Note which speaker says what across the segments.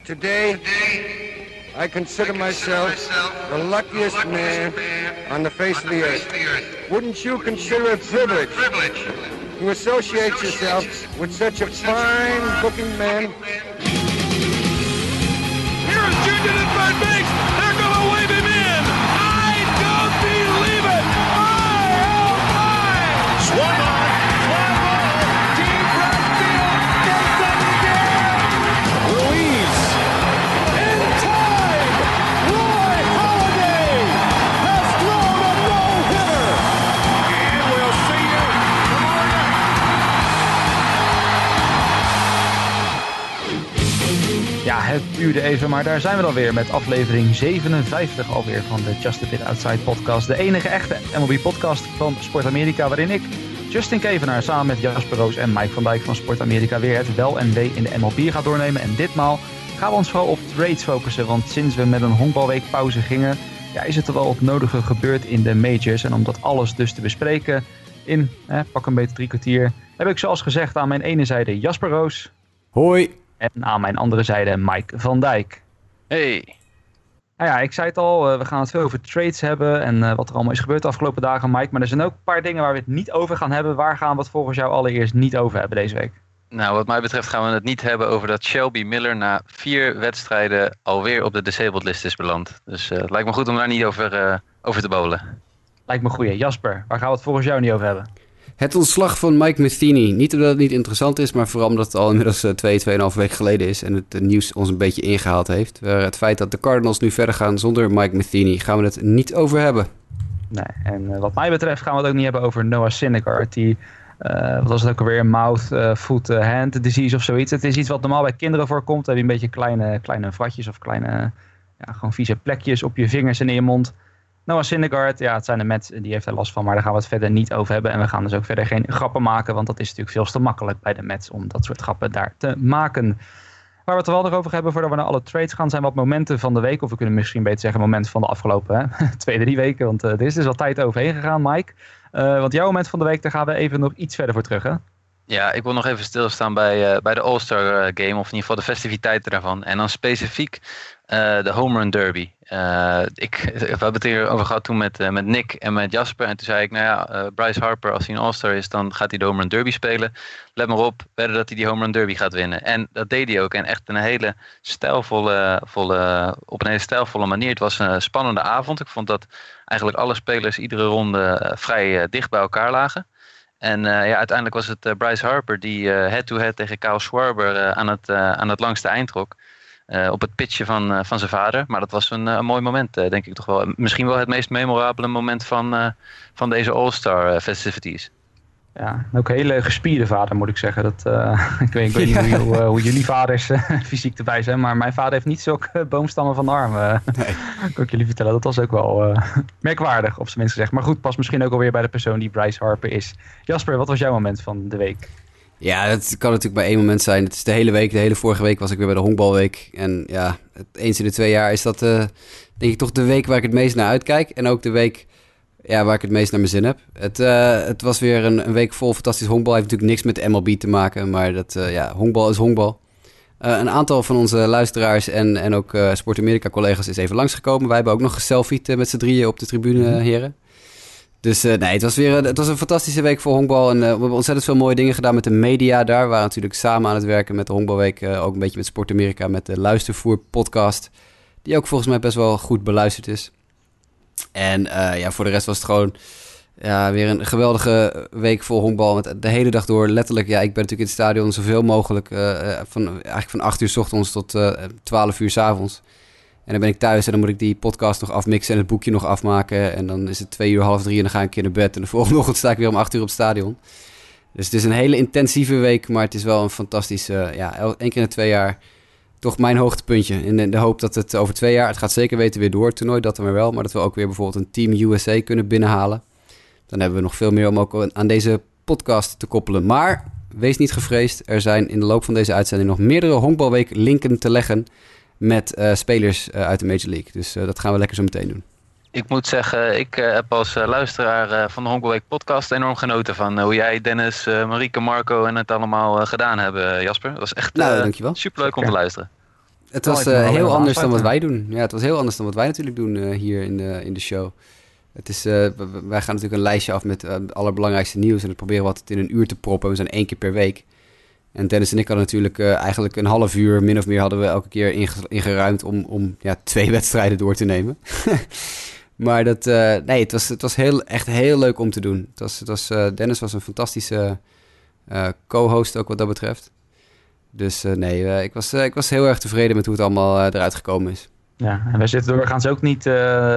Speaker 1: Today, I consider myself the luckiest man on the face of the earth. Wouldn't you consider it privilege to associate yourself with such a fine-looking man?
Speaker 2: Here's Junior at third base. They're going to wave him in. I don't believe it. Oh my! Swung on, fly ball, deep right field. Gets up again. Ruiz in time. Roy Halladay has thrown a no-hitter. And we'll see you tomorrow night.
Speaker 3: Ja, het duurde even, maar daar zijn we dan weer met aflevering 57 alweer van de Just a Bit Outside podcast. De enige echte MLB podcast van Sport Amerika, waarin ik, Justin Kevenaar, samen met Jasper Roos en Mike van Dijk van Sport Amerika weer het wel en wee in de MLB gaat doornemen. En ditmaal gaan we ons vooral op trades focussen, want sinds we met een honkbalweek pauze gingen, ja, is het er wel het nodige gebeurd in de majors. En om dat alles dus te bespreken in pak een beetje 3 kwartier, heb ik zoals gezegd aan mijn ene zijde Jasper Roos.
Speaker 4: Hoi.
Speaker 3: En aan mijn andere zijde Mike van Dijk.
Speaker 5: Hey.
Speaker 3: Nou ja, ik zei het al, we gaan het veel over trades hebben en wat er allemaal is gebeurd de afgelopen dagen, Mike. Maar er zijn ook een paar dingen waar we het niet over gaan hebben. Waar gaan we het volgens jou allereerst niet over hebben deze week?
Speaker 5: Nou, wat mij betreft gaan we het niet hebben over dat Shelby Miller na 4 wedstrijden alweer op de disabled list is beland. Dus het lijkt me goed om daar niet over te bowlen.
Speaker 3: Lijkt me goed. Jasper, waar gaan we het volgens jou niet over hebben?
Speaker 4: Het ontslag van Mike Matheny. Niet omdat het niet interessant is, maar vooral omdat het al inmiddels 2,5 weken geleden is. En het nieuws ons een beetje ingehaald heeft. Het feit dat de Cardinals nu verder gaan zonder Mike Matheny, gaan we het niet over hebben.
Speaker 3: Nee, en wat mij betreft gaan we het ook niet hebben over Noah Syndergaard. Die, wat was het ook alweer, mouth, foot, hand disease of zoiets. Het is iets wat normaal bij kinderen voorkomt. Dan heb je een beetje kleine vratjes of kleine, gewoon vieze plekjes op je vingers en in je mond. Noah Syndergaard, ja, het zijn de Mets, die heeft er last van, maar daar gaan we het verder niet over hebben. En we gaan dus ook verder geen grappen maken, want dat is natuurlijk veel te makkelijk bij de Mets om dat soort grappen daar te maken. Waar we het er wel nog over hebben voordat we naar alle trades gaan, zijn wat momenten van de week. Of we kunnen misschien beter zeggen momenten van de afgelopen 2-3 weken, want er is dus al tijd overheen gegaan, Mike. Want jouw moment van de week, daar gaan we even nog iets verder voor terug, hè?
Speaker 5: Ja, ik wil nog even stilstaan bij de All-Star Game, of in ieder geval de festiviteiten daarvan. En dan specifiek de Home Run Derby. We hebben het hierover gehad toen met Nick en met Jasper. En toen zei ik, Bryce Harper, als hij een All-Star is, dan gaat hij de Home Run Derby spelen. Let maar op, wedden dat hij die Home Run Derby gaat winnen. En dat deed hij ook. En echt op een hele stijlvolle manier. Het was een spannende avond. Ik vond dat eigenlijk alle spelers iedere ronde vrij dicht bij elkaar lagen. En uiteindelijk was het Bryce Harper die head-to-head tegen Kyle Schwarber aan het langste eind trok. Op het pitchen van zijn vader. Maar dat was een mooi moment, denk ik toch wel. Misschien wel het meest memorabele moment van deze All-Star festivities.
Speaker 3: Ja, ook een hele gespierde vader, moet ik zeggen. Ik weet niet hoe jullie vaders fysiek erbij zijn, maar mijn vader heeft niet zulke boomstammen van de arm. Nee. Kan ik jullie vertellen. Dat was ook wel merkwaardig, op zijn minst gezegd. Maar goed, past misschien ook alweer bij de persoon die Bryce Harper is. Jasper, wat was jouw moment van de week?
Speaker 4: Ja, dat kan natuurlijk maar één moment zijn. Het is de hele week. De hele vorige week was ik weer bij de honkbalweek. En ja, eens in de 2 jaar is dat denk ik toch de week waar ik het meest naar uitkijk. En ook de week waar ik het meest naar mijn zin heb. Het was weer een week vol fantastisch honkbal. Heeft natuurlijk niks met de MLB te maken. Maar honkbal is honkbal. Een aantal van onze luisteraars en ook Sport Amerika collega's is even langsgekomen. Wij hebben ook nog geselfied met z'n drieën op de tribune, heren. Dus het was een fantastische week voor honkbal. En we hebben ontzettend veel mooie dingen gedaan met de media daar. We waren natuurlijk samen aan het werken met de honkbalweek. Ook een beetje met Sport Amerika, met de Luistervoer podcast. Die ook volgens mij best wel goed beluisterd is. En voor de rest was het gewoon weer een geweldige week vol honkbal. Met de hele dag door letterlijk. Ja, ik ben natuurlijk in het stadion zoveel mogelijk. Van 8 uur 's ochtends tot 12 uur 's avonds. En dan ben ik thuis en dan moet ik die podcast nog afmixen en het boekje nog afmaken. En dan is het 2 uur, half 3 en dan ga ik een keer naar bed. En de volgende ochtend sta ik weer om 8 uur op het stadion. Dus het is een hele intensieve week, maar het is wel een fantastische, 1 keer in de 2 jaar, toch mijn hoogtepuntje. In de hoop dat het over 2 jaar, het gaat zeker weten weer door het toernooi, dat dan weer wel. Maar dat we ook weer bijvoorbeeld een Team USA kunnen binnenhalen. Dan hebben we nog veel meer om ook aan deze podcast te koppelen. Maar wees niet gevreesd, er zijn in de loop van deze uitzending nog meerdere honkbalweek linken te leggen met spelers uit de Major League. Dus dat gaan we lekker zo meteen doen.
Speaker 5: Ik moet zeggen, ik heb als luisteraar van de Honkbalweek podcast enorm genoten van hoe jij, Dennis, Marieke, Marco en het allemaal gedaan hebben, Jasper. Dat was echt superleuk om te luisteren.
Speaker 4: Het was heel anders dan wat wij doen. Ja, het was heel anders dan wat wij natuurlijk doen hier in de show. Het is, wij gaan natuurlijk een lijstje af met het allerbelangrijkste nieuws. En dat proberen we altijd in een uur te proppen. We zijn 1 keer per week. En Dennis en ik hadden natuurlijk eigenlijk een half uur, min of meer, hadden we elke keer ingeruimd om 2 wedstrijden door te nemen. Maar het was echt heel leuk om te doen. Dennis was een fantastische co-host ook wat dat betreft. Dus ik was heel erg tevreden met hoe het allemaal eruit gekomen is.
Speaker 3: Ja, en wij zitten doorgaans ook niet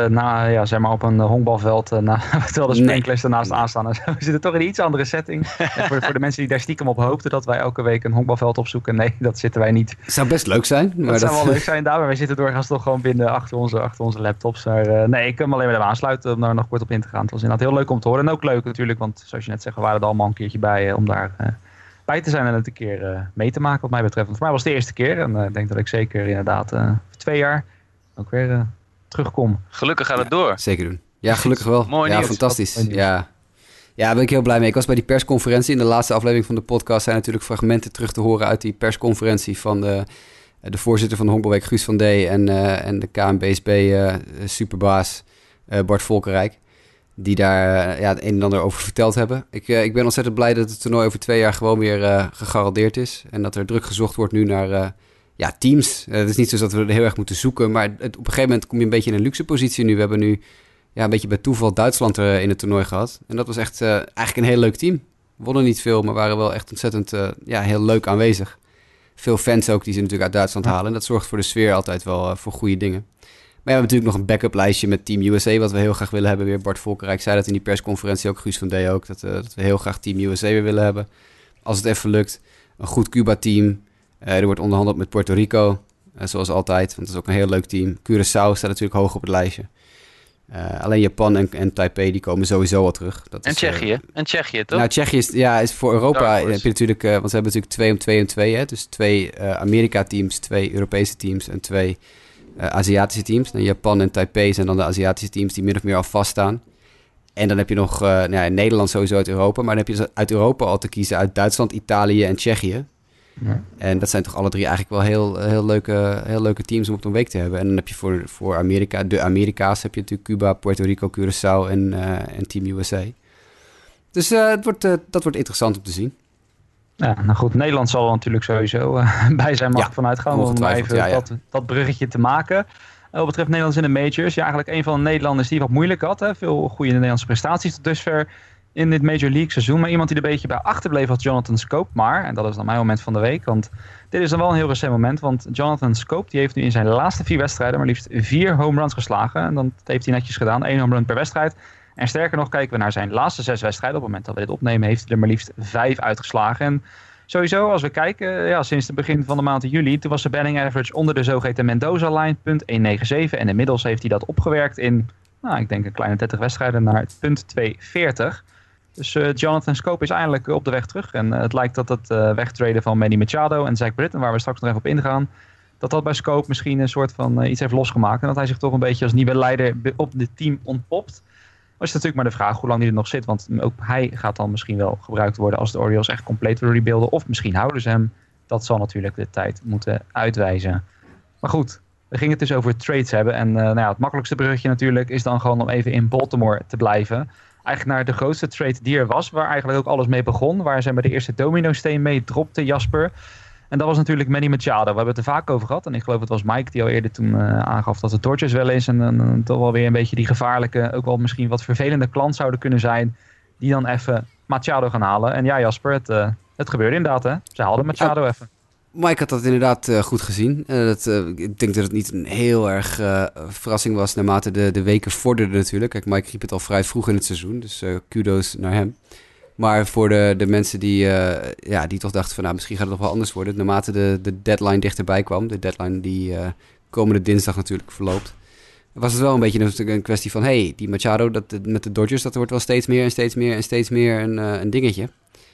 Speaker 3: op een honkbalveld terwijl de sprinklers ernaast aanstaan. Dus we zitten toch in een iets andere setting. voor de mensen die daar stiekem op hoopten dat wij elke week een honkbalveld opzoeken. Nee, dat zitten wij niet.
Speaker 4: Het zou best leuk zijn. Maar
Speaker 3: dat zou wel leuk zijn daar, maar wij zitten doorgaans toch gewoon binnen achter onze laptops. Maar ik kan me alleen maar even aansluiten om daar nog kort op in te gaan. Het was inderdaad heel leuk om te horen. En ook leuk natuurlijk, want zoals je net zegt, we waren er allemaal een keertje bij om daar bij te zijn en het een keer mee te maken wat mij betreft. Want voor mij was het de eerste keer en ik denk dat ik zeker inderdaad 2 jaar ook weer terugkom.
Speaker 5: Gelukkig gaat het door.
Speaker 4: Zeker doen. Ja, gelukkig wel.
Speaker 5: Mooi nieuws.
Speaker 4: Fantastisch. Ja, daar ben ik heel blij mee. Ik was bij die persconferentie. In de laatste aflevering van de podcast zijn natuurlijk fragmenten terug te horen uit die persconferentie van de voorzitter van de Honkbalweek, Guus van D. En de KNBSB superbaas Bart Volkerijk. Die daar het een en ander over verteld hebben. Ik ben ontzettend blij dat het toernooi over 2 jaar gewoon weer gegarandeerd is. En dat er druk gezocht wordt nu naar teams. Het is niet zo dat we er heel erg moeten zoeken. Maar op een gegeven moment kom je een beetje in een luxe positie nu. We hebben nu een beetje bij toeval Duitsland in het toernooi gehad. En dat was echt eigenlijk een heel leuk team. We wonnen niet veel, maar waren wel echt ontzettend heel leuk aanwezig. Veel fans ook die ze natuurlijk uit Duitsland halen. En dat zorgt voor de sfeer altijd wel voor goede dingen. Maar we hebben natuurlijk nog een backup lijstje met Team USA, wat we heel graag willen hebben weer. Bart Volkerijk zei dat in die persconferentie ook, Guus van D. ook, dat we heel graag Team USA weer willen hebben. Als het even lukt. Een goed Cuba-team. Er wordt onderhandeld met Puerto Rico, zoals altijd, want dat is ook een heel leuk team. Curaçao staat natuurlijk hoog op het lijstje. Alleen Japan en Taipei, die komen sowieso al terug.
Speaker 5: Tsjechië, toch?
Speaker 4: Nou, Tsjechië is voor Europa, heb je natuurlijk, want ze hebben natuurlijk 2 om 2 en 2. Hè? Dus 2 Amerika-teams, 2 Europese teams en 2 Aziatische teams. En Japan en Taipei zijn dan de Aziatische teams die min of meer al vaststaan. En dan heb je nog in Nederland sowieso uit Europa. Maar dan heb je uit Europa al te kiezen uit Duitsland, Italië en Tsjechië. Ja. En dat zijn toch alle 3 eigenlijk wel heel leuke teams om op een week te hebben. En dan heb je voor Amerika, de Amerika's, heb je natuurlijk Cuba, Puerto Rico, Curaçao en Team USA. Dus dat wordt interessant om te zien.
Speaker 3: Ja, nou goed, Nederland zal er natuurlijk sowieso bij zijn, mag ik vanuit gaan. Om even dat bruggetje te maken. Wat betreft Nederlands in de majors. Ja, eigenlijk een van de Nederlanders die wat moeilijk had. Hè. Veel goede Nederlandse prestaties tot dusver in dit Major League seizoen. Maar iemand die er een beetje bij achterbleef was Jonathan Schoop. Maar, en dat is dan mijn moment van de week. Want dit is dan wel een heel recent moment. Want Jonathan Schoop die heeft nu in zijn laatste 4 wedstrijden maar liefst 4 home runs geslagen. En dat heeft hij netjes gedaan. 1 home run per wedstrijd. En sterker nog, kijken we naar zijn laatste 6 wedstrijden. Op het moment dat we dit opnemen heeft hij er maar liefst 5 uitgeslagen. En sowieso, als we kijken, sinds het begin van de maand juli, toen was de batting average onder de zogeheten Mendoza-line, .197. En inmiddels heeft hij dat opgewerkt in, ik denk een kleine 30 wedstrijden naar .240. Dus Jonathan Schoop is eindelijk op de weg terug. En het lijkt dat het wegtraden van Manny Machado en Zach Britton, waar we straks nog even op ingaan, dat bij Schoop misschien een soort van iets heeft losgemaakt. En dat hij zich toch een beetje als nieuwe leider op het team ontpopt. Maar is natuurlijk maar de vraag hoe lang hij er nog zit. Want ook hij gaat dan misschien wel gebruikt worden als de Orioles echt compleet willen rebuilden. Of misschien houden ze hem. Dat zal natuurlijk de tijd moeten uitwijzen. Maar goed, we gingen het dus over trades hebben. En het makkelijkste bruggetje natuurlijk is dan gewoon om even in Baltimore te blijven. Eigenlijk naar de grootste trade die er was. Waar eigenlijk ook alles mee begon. Waar ze met de eerste domino-steen mee dropte, Jasper. En dat was natuurlijk Manny Machado. We hebben het er vaak over gehad. En ik geloof het was Mike die al eerder toen aangaf dat de Dodgers wel eens en toch wel weer een beetje die gevaarlijke, ook wel misschien wat vervelende klant zouden kunnen zijn. Die dan even Machado gaan halen. En ja, Jasper, het gebeurde inderdaad, hè. Ze haalden Machado even.
Speaker 4: Mike had dat inderdaad goed gezien. Ik denk dat het niet een heel erg verrassing was naarmate de weken vorderden natuurlijk. Kijk, Mike riep het al vrij vroeg in het seizoen. Dus kudos naar hem. Maar voor de mensen die toch dachten van misschien gaat het nog wel anders worden. Naarmate de deadline dichterbij kwam. De deadline die komende dinsdag natuurlijk verloopt. Was het wel een beetje een kwestie van die Machado met de Dodgers, dat wordt wel steeds meer en steeds meer en steeds meer een dingetje.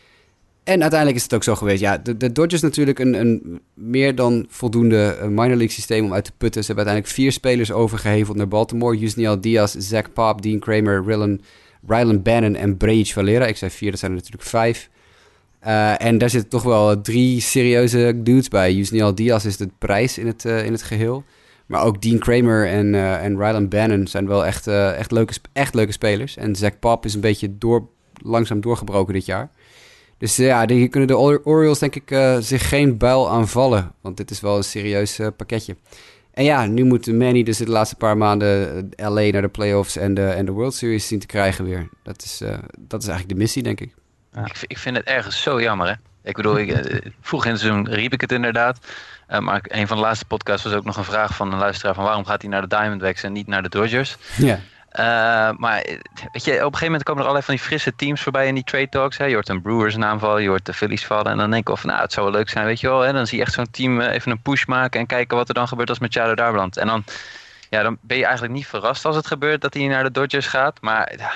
Speaker 4: En uiteindelijk is het ook zo geweest. Ja, de Dodgers natuurlijk een meer dan voldoende minor league systeem om uit te putten. Ze hebben uiteindelijk 4 spelers overgeheveld naar Baltimore. Yusniel Diaz, Zach Pop, Dean Kramer, Rylan Bannon en Brage Valera. Ik zei 4, dat zijn er natuurlijk 5. En daar zitten toch wel 3 serieuze dudes bij. Yusniel Diaz is de prijs in het geheel. Maar ook Dean Kramer en Rylan Bannon zijn wel echt leuke spelers. En Zach Pop is een beetje langzaam doorgebroken dit jaar. Dus hier kunnen de Orioles denk ik zich geen buil aanvallen. Want dit is wel een serieus pakketje. En ja, nu moet Manny dus de laatste paar maanden LA naar de playoffs en de World Series zien te krijgen weer. Dat is eigenlijk de missie, denk ik.
Speaker 5: Ja. Ik vind het ergens zo jammer, hè. Ik bedoel, vroeg in het seizoen riep ik het inderdaad. Maar een van de laatste podcasts was ook nog een vraag van een luisteraar van waarom gaat hij naar de Diamondbacks en niet naar de Dodgers?
Speaker 4: Ja.
Speaker 5: Maar weet je, op een gegeven moment komen er allerlei van die frisse teams voorbij in die trade talks. Hè. Je hoort een Brewers naam vallen, je hoort de Phillies vallen. En dan denk ik het zou wel leuk zijn, weet je wel. Hè. Dan zie je echt zo'n team even een push maken en kijken wat er dan gebeurt als Machado daar belandt. En dan ben je eigenlijk niet verrast als het gebeurt dat hij naar de Dodgers gaat. Maar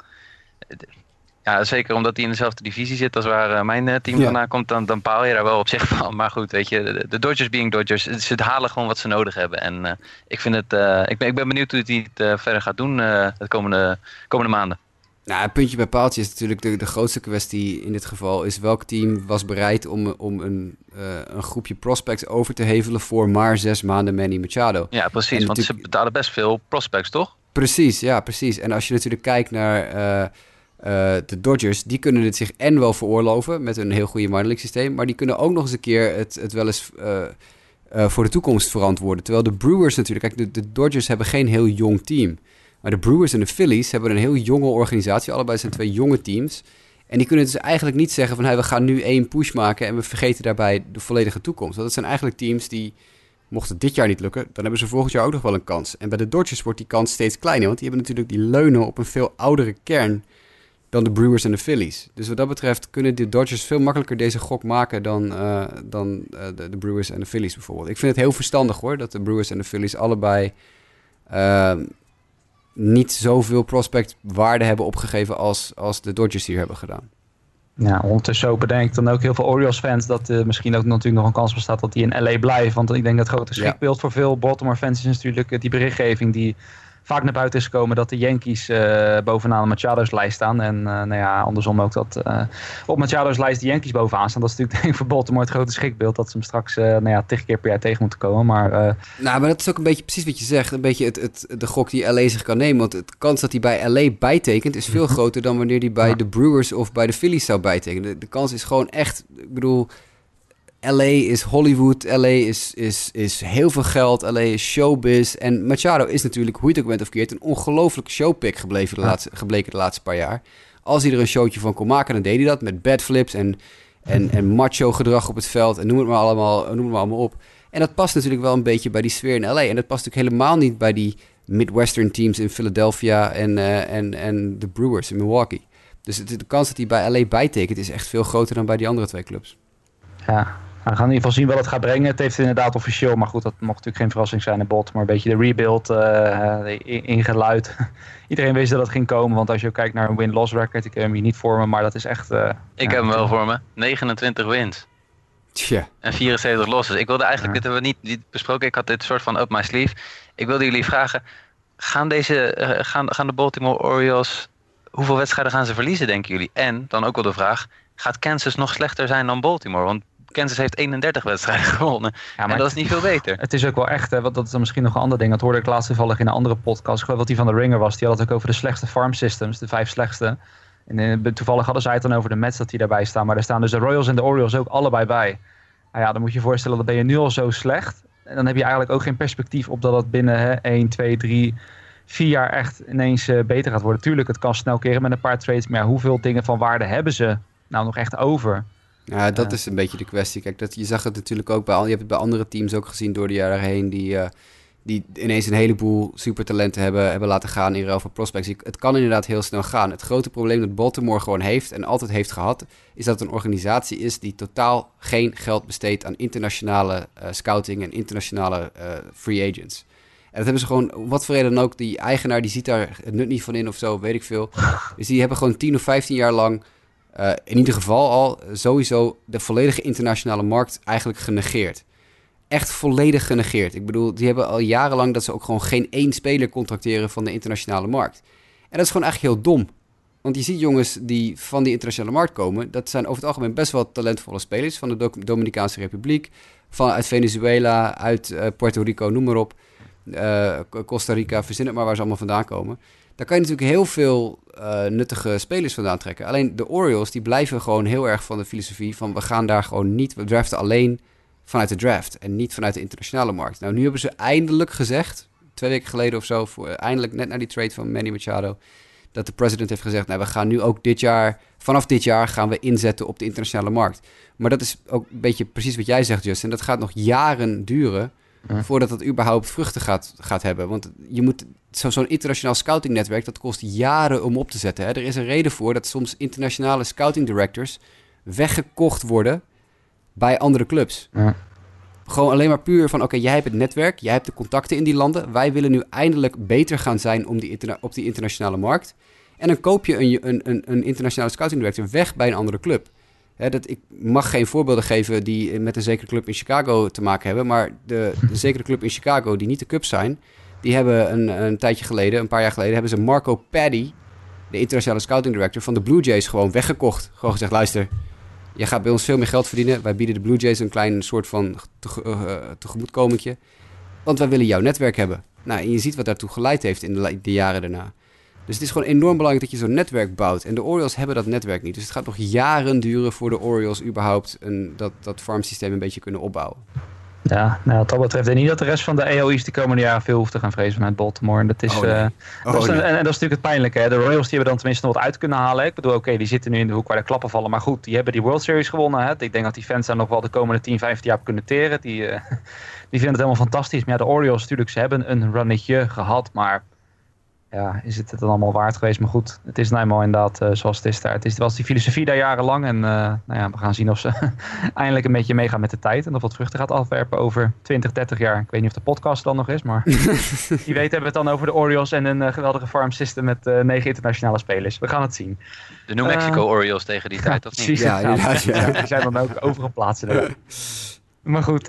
Speaker 5: ja, zeker omdat hij in dezelfde divisie zit als waar mijn team vandaan komt, dan paal je daar wel op zich van. Maar goed, weet je, de Dodgers being Dodgers, ze halen gewoon wat ze nodig hebben. En ik vind het, ik ben benieuwd hoe hij het verder gaat doen de komende maanden.
Speaker 4: Nou, een puntje bij paaltje is natuurlijk de grootste kwestie in dit geval. Is welk team was bereid om een groepje prospects over te hevelen voor maar 6 maanden Manny Machado.
Speaker 5: Ja, precies, want ze betalen best veel prospects, toch?
Speaker 4: Precies, ja, precies. En als je natuurlijk kijkt naar de Dodgers, die kunnen het zich en wel veroorloven met een heel goede minor league systeem, maar die kunnen ook nog eens een keer het wel eens voor de toekomst verantwoorden. Terwijl de Brewers natuurlijk, kijk, de Dodgers hebben geen heel jong team. Maar de Brewers en de Phillies hebben een heel jonge organisatie. Allebei zijn 2 jonge teams. En die kunnen dus eigenlijk niet zeggen van we gaan nu 1 push maken en we vergeten daarbij de volledige toekomst. Want dat zijn eigenlijk teams die, mocht het dit jaar niet lukken, dan hebben ze volgend jaar ook nog wel een kans. En bij de Dodgers wordt die kans steeds kleiner, want die hebben natuurlijk die leunen op een veel oudere kern dan de Brewers en de Phillies. Dus wat dat betreft kunnen de Dodgers veel makkelijker deze gok maken dan de Brewers en de Phillies bijvoorbeeld. Ik vind het heel verstandig hoor, dat de Brewers en de Phillies allebei niet zoveel prospectwaarde hebben opgegeven als de Dodgers hier hebben gedaan.
Speaker 3: Ja, ondertussen ook bedenk ik dan ook heel veel Orioles-fans dat misschien ook natuurlijk nog een kans bestaat dat die in LA blijven. Want ik denk dat het grote schrikbeeld voor veel Baltimore-fans is natuurlijk die berichtgeving die vaak naar buiten is gekomen dat de Yankees bovenaan de Machado's lijst staan. En andersom ook dat op Machado's lijst de Yankees bovenaan staan. Dat is natuurlijk denk ik voor Baltimore het grote schrikbeeld dat ze hem straks 10 keer per jaar tegen moeten komen. Maar
Speaker 4: dat is ook een beetje precies wat je zegt. Een beetje de gok die LA zich kan nemen. Want de kans dat hij bij LA bijtekent is veel groter dan wanneer hij bij de Brewers of bij de Phillies zou bijtekenen. De kans is gewoon echt, ik bedoel, LA is Hollywood, LA is heel veel geld, LA is showbiz. En Machado is natuurlijk, hoe je het ook bent of keert, een ongelooflijke showpick gebleken de laatste paar jaar. Als hij er een showtje van kon maken, dan deed hij dat met badflips en macho gedrag op het veld en noem het maar allemaal op. En dat past natuurlijk wel een beetje bij die sfeer in LA. En dat past natuurlijk helemaal niet bij die Midwestern teams in Philadelphia en de Brewers in Milwaukee. Dus de kans dat hij bij LA bijtekent is echt veel groter dan bij die andere 2 clubs.
Speaker 3: Ja, we gaan in ieder geval zien wat het gaat brengen. Het heeft inderdaad officieel, maar goed, dat mocht natuurlijk geen verrassing zijn in Baltimore. Een beetje de rebuild ingeluid. Iedereen wist dat het ging komen, want als je ook kijkt naar een win-loss record, ik heb hem hier niet voor me, maar dat is echt...
Speaker 5: ik heb hem wel voor me. 29 wins.
Speaker 4: Tja.
Speaker 5: En 74 losses. Ik wilde eigenlijk, dit hebben we niet besproken, ik had dit soort van up my sleeve. Ik wilde jullie vragen, gaan de Baltimore Orioles, hoeveel wedstrijden gaan ze verliezen, denken jullie? En dan ook wel de vraag, gaat Kansas nog slechter zijn dan Baltimore? Want Kansas heeft 31 wedstrijden gewonnen. Ja, en dat is niet veel beter. Het
Speaker 3: is ook wel echt, want dat is dan misschien nog een ander ding. Dat hoorde ik laatst toevallig in een andere podcast. Ik geloof dat die van de Ringer was. Die had het ook over de slechtste farm systems. De 5 slechtste. En toevallig hadden zij het dan over de Mets dat die daarbij staan. Maar daar staan dus de Royals en de Orioles ook allebei bij. Nou ja, dan moet je je voorstellen, dat ben je nu al zo slecht. En dan heb je eigenlijk ook geen perspectief op dat het binnen 1, 2, 3... 4 jaar echt ineens beter gaat worden. Tuurlijk, het kan snel keren met een paar trades. Maar ja, hoeveel dingen van waarde hebben ze nou nog echt over?
Speaker 4: Ja, dat is een beetje de kwestie. Kijk, je zag het natuurlijk ook je hebt het bij andere teams ook gezien door de jaren heen, die ineens een heleboel supertalenten hebben laten gaan in ruil voor prospects. Het kan inderdaad heel snel gaan. Het grote probleem dat Baltimore gewoon heeft en altijd heeft gehad, is dat het een organisatie is die totaal geen geld besteedt aan internationale scouting en internationale free agents. En dat hebben ze gewoon, wat voor reden dan ook, die eigenaar die ziet daar het nut niet van in of zo, weet ik veel. Dus die hebben gewoon 10 of 15 jaar lang in ieder geval al sowieso de volledige internationale markt eigenlijk genegeerd. Echt volledig genegeerd. Ik bedoel, die hebben al jarenlang dat ze ook gewoon geen 1 speler contracteren van de internationale markt. En dat is gewoon eigenlijk heel dom. Want je ziet jongens die van die internationale markt komen. Dat zijn over het algemeen best wel talentvolle spelers. Van de Dominicaanse Republiek. Uit Venezuela, uit Puerto Rico, noem maar op. Costa Rica, verzin het maar waar ze allemaal vandaan komen. Daar kan je natuurlijk heel veel nuttige spelers vandaan trekken. Alleen de Orioles die blijven gewoon heel erg van de filosofie van we gaan daar gewoon niet. We draften alleen vanuit de draft en niet vanuit de internationale markt. Nou, nu hebben ze eindelijk gezegd, 2 weken geleden of zo, eindelijk net na die trade van Manny Machado, dat de president heeft gezegd, nou, we gaan nu ook vanaf dit jaar gaan we inzetten op de internationale markt. Maar dat is ook een beetje precies wat jij zegt, Justin. Dat gaat nog jaren duren voordat dat überhaupt vruchten gaat hebben. Want je moet zo'n internationaal scoutingnetwerk, dat kost jaren om op te zetten. Hè? Er is een reden voor dat soms internationale scouting directors weggekocht worden bij andere clubs. Ja. Gewoon alleen maar puur van, oké, jij hebt het netwerk, jij hebt de contacten in die landen. Wij willen nu eindelijk beter gaan zijn op die internationale markt. En dan koop je een internationale scouting director weg bij een andere club. Ik mag geen voorbeelden geven die met een zekere club in Chicago te maken hebben. Maar de zekere club in Chicago die niet de Cubs zijn, die hebben een paar jaar geleden, hebben ze Marco Paddy, de internationale scouting director van de Blue Jays, gewoon weggekocht. Gewoon gezegd, luister, je gaat bij ons veel meer geld verdienen. Wij bieden de Blue Jays een klein soort van tegemoetkomingje. Want wij willen jouw netwerk hebben. Nou, en je ziet wat daartoe geleid heeft in de jaren daarna. Dus het is gewoon enorm belangrijk dat je zo'n netwerk bouwt. En de Orioles hebben dat netwerk niet. Dus het gaat nog jaren duren voor de Orioles überhaupt dat farmsysteem een beetje kunnen opbouwen.
Speaker 3: Ja, nou, wat dat betreft denk ik niet dat de rest van de AL East de komende jaren veel hoeft te gaan vrezen vanuit Baltimore. En dat is, en dat is natuurlijk het pijnlijke. Hè? De Royals die hebben dan tenminste nog wat uit kunnen halen. Ik bedoel, oké, die zitten nu in de hoek waar de klappen vallen. Maar goed, die hebben die World Series gewonnen. Hè? Ik denk dat die fans daar nog wel de komende 10, 15 jaar op kunnen teren. Die vinden het helemaal fantastisch. Maar ja, de Orioles natuurlijk, ze hebben een runnetje gehad. Maar ja, is het dan allemaal waard geweest? Maar goed, het is nou eenmaal inderdaad zoals het is daar. Het was die filosofie daar jarenlang. En we gaan zien of ze eindelijk een beetje meegaan met de tijd. En of wat vruchten gaat afwerpen over 20, 30 jaar. Ik weet niet of de podcast dan nog is, maar wie weet hebben we het dan over de Orioles en een geweldige farm system met 9 internationale spelers. We gaan het zien.
Speaker 5: De New Mexico Orioles tegen die tijd, of niet?
Speaker 3: Precies, ja, inderdaad. Ja. Die zijn dan ook overgeplaatst. Maar goed,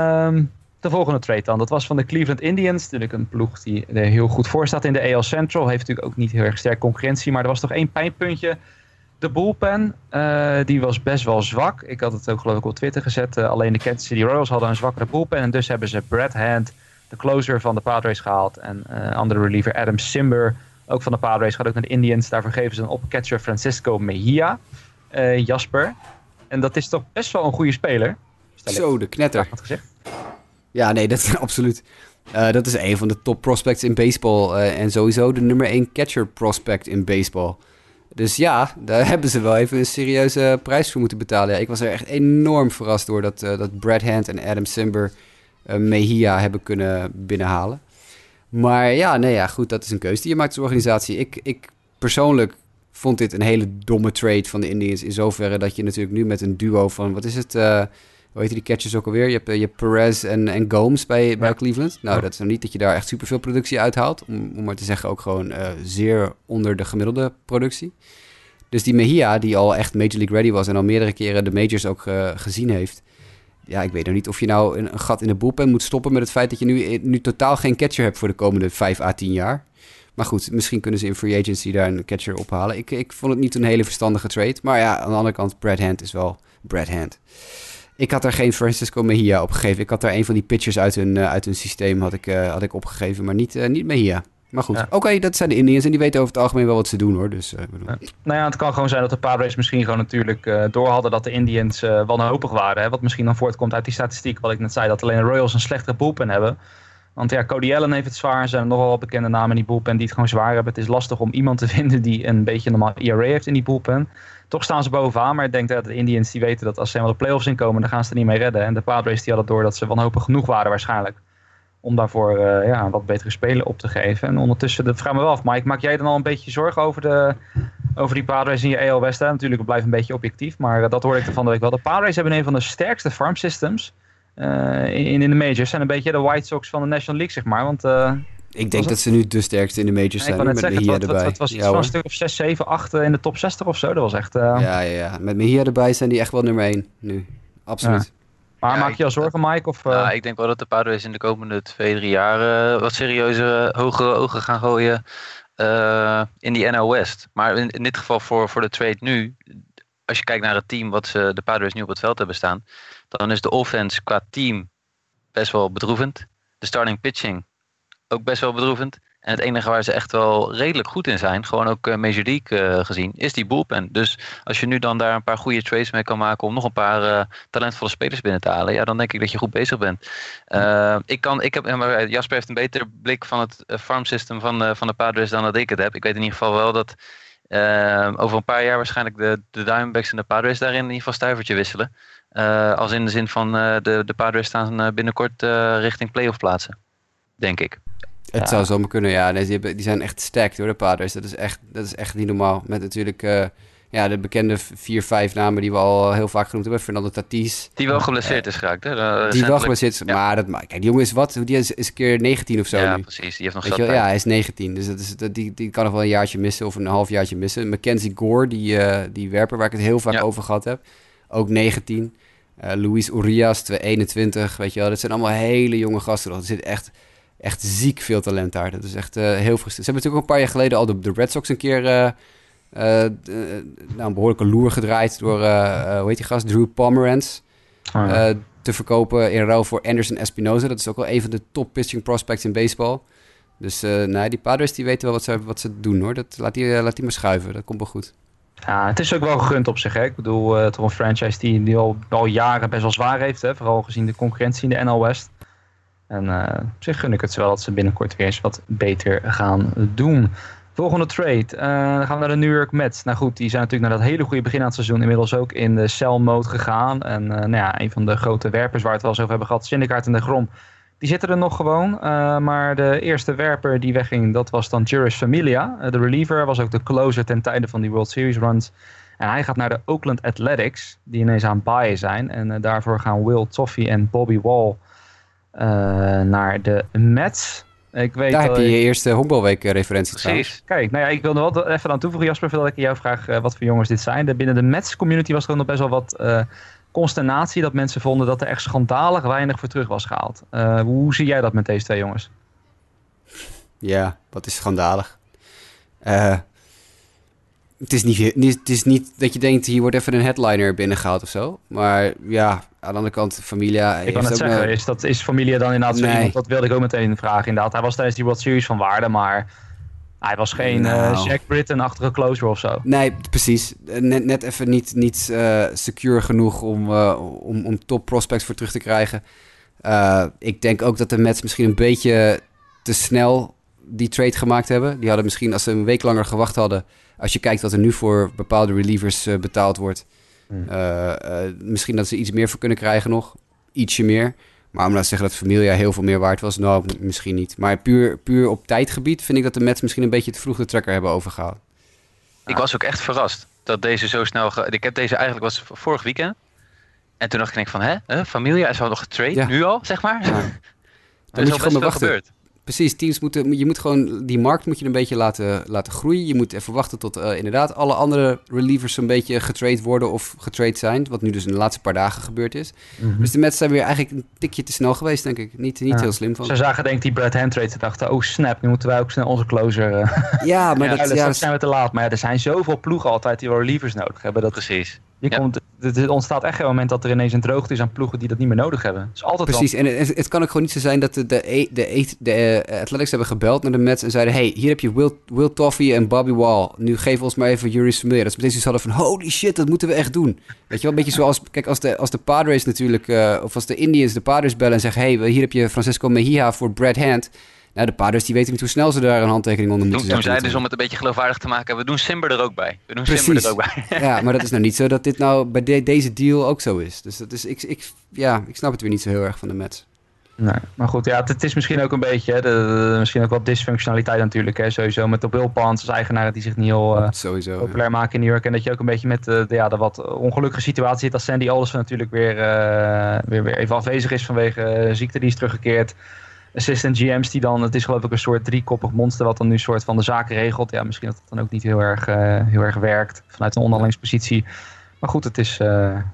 Speaker 3: de volgende trade dan. Dat was van de Cleveland Indians. Natuurlijk een ploeg die er heel goed voor staat in de AL Central. Heeft natuurlijk ook niet heel erg sterk concurrentie. Maar er was toch 1 pijnpuntje. De bullpen, die was best wel zwak. Ik had het ook geloof ik op Twitter gezet. Alleen de Kansas City Royals hadden een zwakkere bullpen. En dus hebben ze Brad Hand, de closer van de Padres, gehaald. En andere reliever Adam Simber, ook van de Padres, gaat ook naar de Indians. Daarvoor geven ze een opcatcher Francisco Mejia. Jasper. En dat is toch best wel een goede speler.
Speaker 4: Zo, de knetter.
Speaker 3: Had gezegd.
Speaker 4: Ja, nee, dat is absoluut. Dat is een van de top prospects in baseball. En sowieso de nummer 1 catcher prospect in baseball. Dus ja, daar hebben ze wel even een serieuze prijs voor moeten betalen. Ja, ik was er echt enorm verrast door dat Brad Hand en Adam Simber Mejia hebben kunnen binnenhalen. Maar ja, goed, dat is een keuze die je maakt als organisatie. Ik persoonlijk vond dit een hele domme trade van de Indians. In zoverre dat je natuurlijk nu met een duo van, wat is het... hoe heet die catchers ook alweer? Je hebt Perez en Gomes bij Cleveland. Nou, dat is nou niet dat je daar echt superveel productie uithaalt. Om maar te zeggen ook gewoon zeer onder de gemiddelde productie. Dus die Mejia, die al echt Major League ready was en al meerdere keren de majors ook gezien heeft. Ja, ik weet nog niet of je nou een gat in de bullpen moet stoppen met het feit dat je nu totaal geen catcher hebt voor de komende 5 à 10 jaar. Maar goed, misschien kunnen ze in free agency daar een catcher ophalen. Ik vond het niet een hele verstandige trade. Maar ja, aan de andere kant, Brad Hand is wel Brad Hand. Ik had daar geen Francisco Mejia op gegeven. Ik had daar een van die pitchers uit hun systeem had ik opgegeven, maar niet Mejia. Maar goed, Oké, dat zijn de Indians en die weten over het algemeen wel wat ze doen, hoor. Dus,
Speaker 3: Nou ja, het kan gewoon zijn dat de Padres misschien gewoon natuurlijk door hadden dat de Indians wanhopig waren. Hè? Wat misschien dan voortkomt uit die statistiek, wat ik net zei, dat alleen de Royals een slechtere bullpen hebben. Want ja, Cody Allen heeft het zwaar. Er zijn nogal wat bekende namen in die bullpen die het gewoon zwaar hebben. Het is lastig om iemand te vinden die een beetje normaal ERA heeft in die bullpen. Toch staan ze bovenaan, maar ik denk dat de Indians die weten dat als ze helemaal de playoffs inkomen, dan gaan ze er niet mee redden. En de Padres die hadden door dat ze wanhopig genoeg waren waarschijnlijk om daarvoor wat betere spelen op te geven. En ondertussen, vraag me wel af, Mike, maak jij dan al een beetje zorgen over die Padres in je AL West? Hè? Natuurlijk, we blijven een beetje objectief, maar dat hoorde ik er van de week wel. De Padres hebben een van de sterkste farm systems in de majors. Zijn een beetje de White Sox van de National League, zeg maar. Want
Speaker 4: ik denk dat ze nu de sterkste in de majors zijn. Met Mejia erbij.
Speaker 3: Het was iets van een stuk of 6, 7, 8 in de top 60 of zo. Dat was echt...
Speaker 4: Ja. Met Mejia erbij zijn die echt wel nummer 1 nu. Absoluut.
Speaker 3: Ja. Maar maak je al zorgen, Mike? Of,
Speaker 5: ik denk wel dat de Padres in de komende 2-3 jaar wat serieuze hogere ogen gaan gooien in die NL West. Maar in dit geval voor de trade nu, als je kijkt naar het team wat de Padres nu op het veld hebben staan, dan is de offense qua team best wel bedroevend. De starting pitching ook best wel bedroevend. En het enige waar ze echt wel redelijk goed in zijn, gewoon ook Major League gezien, is die bullpen. Dus als je nu dan daar een paar goede trades mee kan maken om nog een paar talentvolle spelers binnen te halen, ja, dan denk ik dat je goed bezig bent. Jasper heeft een betere blik van het farm system van de Padres dan dat ik het heb. Ik weet in ieder geval wel dat over een paar jaar waarschijnlijk de Diamondbacks en de Padres daarin in ieder geval stuivertje wisselen. Als in de zin van de Padres staan binnenkort richting playoff plaatsen, denk ik.
Speaker 4: Het zou zomaar kunnen, ja. Nee, die zijn echt stacked hoor, de Padres. Dat is echt niet normaal. Met natuurlijk de bekende 4-5 namen die we al heel vaak genoemd hebben. Fernando Tatis.
Speaker 5: Die wel geblesseerd is geraakt, hè?
Speaker 4: Die wel geblesseerd is, maar kijk, die jongen is wat? Die is een keer 19 of zo
Speaker 5: ja,
Speaker 4: nu.
Speaker 5: Precies. Die heeft nog
Speaker 4: zat
Speaker 5: tijd.
Speaker 4: Ja, hij is 19. Dus die kan nog wel een jaartje missen of een halfjaartje missen. Mackenzie Gore, die werper waar ik het heel vaak over gehad heb. Ook 19. Luis Urias, 21. Weet je wel, dat zijn allemaal hele jonge gasten. Er zit echt ziek veel talent daar. Dat is echt heel frustrerend. Ze hebben natuurlijk ook een paar jaar geleden al de Red Sox een keer een behoorlijke loer gedraaid door, hoe heet die gast? Drew Pomeranz. Te verkopen in ruil voor Anderson Espinosa. Dat is ook wel een van de top pitching prospects in baseball. Dus die Padres die weten wel wat ze doen hoor. Laat die maar schuiven. Dat komt wel goed.
Speaker 3: Ja, het is ook wel gegund op zich. Hè? Ik bedoel, toch een franchise die al jaren best wel zwaar heeft. Hè? Vooral gezien de concurrentie in de NL West. En op zich gun ik het wel dat ze binnenkort weer eens wat beter gaan doen. Volgende trade. Dan gaan we naar de New York Mets. Nou goed, die zijn natuurlijk naar dat hele goede begin aan het seizoen inmiddels ook in de sell mode gegaan. En een van de grote werpers waar we het wel eens over hebben gehad, Syndergaard en DeGrom, die zitten er nog gewoon. Maar de eerste werper die wegging, dat was dan Juris Familia. De reliever was ook de closer ten tijde van die World Series runs. En hij gaat naar de Oakland Athletics, die ineens aan het baaien zijn. En daarvoor gaan Will Toffee en Bobby Wall naar de Mets. Ik weet
Speaker 4: daar heb je je eerste honkbalweek-referentie
Speaker 5: Precies.
Speaker 3: Kijk, ik wilde wel even aan toevoegen, Jasper, voordat ik jou vraag wat voor jongens dit zijn. Binnen de Mets-community was er ook nog best wel wat consternatie dat mensen vonden dat er echt schandalig weinig voor terug was gehaald. Hoe zie jij dat met deze twee jongens?
Speaker 4: Ja, wat is schandalig. Het is niet dat je denkt, hier wordt even een headliner binnengehaald of zo. Maar ja, aan de andere kant, Familia...
Speaker 3: Ik kan het zeggen, is Familia dan inderdaad zo iemand? Dat wilde ik ook meteen vragen inderdaad. Hij was tijdens die World Series van waarde, maar hij was geen Jack Britton-achtige closer of zo.
Speaker 4: Nee, precies. Net even niet secure genoeg om top prospects voor terug te krijgen. Ik denk ook dat de Mets misschien een beetje te snel die trade gemaakt hebben. Die hadden misschien, als ze een week langer gewacht hadden, als je kijkt wat er nu voor bepaalde relievers betaald wordt, misschien dat ze iets meer voor kunnen krijgen nog. Ietsje meer. Maar om nou te zeggen dat Familia heel veel meer waard was, nou, misschien niet. Maar puur op tijdgebied vind ik dat de Mets misschien een beetje te vroeg de trekker hebben overgehaald.
Speaker 5: Ik was ook echt verrast dat deze zo snel... Ik heb deze eigenlijk, was vorig weekend. En toen dacht ik van, Familia is al nog getrade, nu al, zeg maar. Ja.
Speaker 4: Dan moet je gewoon wachten. Gebeurd. Precies, teams je moet gewoon die markt moet je een beetje laten groeien. Je moet even wachten tot inderdaad alle andere relievers een beetje getrade worden of getrade zijn. Wat nu dus in de laatste paar dagen gebeurd is. Mm-hmm. Dus de Mets zijn weer eigenlijk een tikje te snel geweest, denk ik. Niet heel slim van.
Speaker 3: Ze zagen denk ik die Brad Hand trade en dachten, oh snap, nu moeten wij ook snel onze closer...
Speaker 4: Ja, maar
Speaker 3: dat zijn we te laat. Maar er zijn zoveel ploegen altijd die wel relievers nodig hebben.
Speaker 5: Precies.
Speaker 3: Er ontstaat echt geen moment dat er ineens een droogte is aan ploegen die dat niet meer nodig hebben. Het is altijd
Speaker 4: precies, en het kan ook gewoon niet zo zijn dat de Athletics hebben gebeld naar de Mets en zeiden, hey, hier heb je Will Toffee en Bobby Wall. Nu geef ons maar even Juris Familia. Dat ze meteen zoiets hadden van, holy shit, dat moeten we echt doen. Weet je wel, een beetje zoals, kijk, als de Padres natuurlijk, of als de Indians de Padres bellen en zeggen, hey, hier heb je Francisco Mejia voor Brad Hand. Nou, de Padres die weten niet hoe snel ze daar een handtekening onder moeten zetten.
Speaker 5: Toen zeiden ze om het een beetje geloofwaardig te maken, we doen Simber er ook bij. Simber er ook bij.
Speaker 4: Ja, maar dat is nou niet zo dat dit nou bij deze deal ook zo is. Dus dat is, ik snap het weer niet zo heel erg van de Mets.
Speaker 3: Nee, maar goed, ja, het is misschien ook een beetje, misschien ook wat dysfunctionaliteit natuurlijk. Hè, sowieso met de Wilpons als eigenaren die zich niet heel populair maken in New York. En dat je ook een beetje met de wat ongelukkige situatie zit als Sandy Alderson natuurlijk weer even afwezig is vanwege ziekte die is teruggekeerd. Assistant GM's die dan, het is geloof ik een soort driekoppig monster wat dan nu een soort van de zaken regelt. Ja, misschien dat het dan ook niet heel erg werkt vanuit een onderhandelingspositie. Maar goed, het is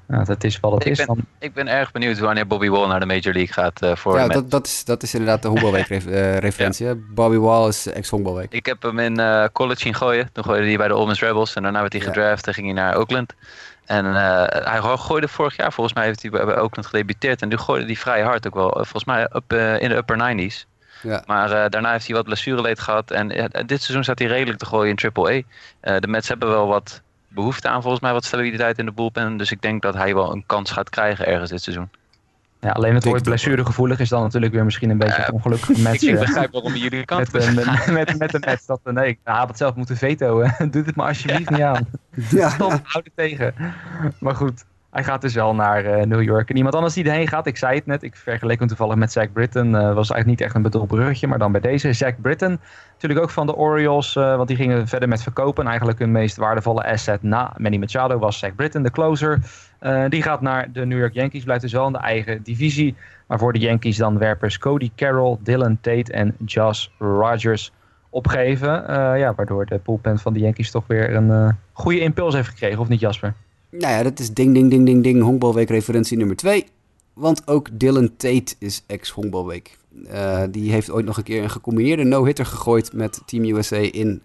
Speaker 3: wat het is.
Speaker 5: Ik ben erg benieuwd wanneer Bobby Wall naar de Major League gaat voor
Speaker 4: Ja,
Speaker 5: met.
Speaker 4: dat is inderdaad de honkbalweek-referentie. Ja. Bobby Wall is ex-honkbalweek.
Speaker 5: Ik heb hem in college zien gooien. Toen gooide hij bij de Ole Miss Rebels. En daarna werd hij gedraft en ging hij naar Oakland. En hij gooide vorig jaar, volgens mij heeft hij bij Oakland gedebuteerd. En nu gooide hij vrij hard ook wel. Volgens mij in de upper 90s.
Speaker 4: Ja.
Speaker 5: Maar daarna heeft hij wat blessureleed gehad. En dit seizoen staat hij redelijk te gooien in AAA. De Mets hebben wel wat behoefte aan, volgens mij, wat stabiliteit in de bullpen. Dus ik denk dat hij wel een kans gaat krijgen ergens dit seizoen.
Speaker 3: Ja, alleen het woord blessuregevoelig is dan natuurlijk weer misschien een beetje het ongelukkige match.
Speaker 5: Ik begrijp waarom jullie kant
Speaker 3: met de match. Nee, ik had het zelf moeten vetoen. Doe dit maar alsjeblieft niet aan.
Speaker 4: Ja.
Speaker 3: Stop, houd het tegen. Maar goed, hij gaat dus wel naar New York. En iemand anders die erheen gaat, ik zei het net, ik vergeleek hem toevallig met Zach Britton. Was eigenlijk niet echt een bedoeld bruggetje, maar dan bij deze. Zach Britton, natuurlijk ook van de Orioles, want die gingen verder met verkopen. En eigenlijk hun meest waardevolle asset na Manny Machado was Zach Britton, de closer. Die gaat naar de New York Yankees, blijft dus wel in de eigen divisie. Maar voor de Yankees dan werpers Cody Carroll, Dylan Tate en Josh Rogers opgeven. Waardoor de bullpen van de Yankees toch weer een goede impuls heeft gekregen, of niet Jasper?
Speaker 4: Nou ja, dat is ding, ding, ding, ding, ding. Honkbalweek referentie nummer 2. Want ook Dylan Tate is ex-honkbalweek. Die heeft ooit nog een keer een gecombineerde no-hitter gegooid met Team USA in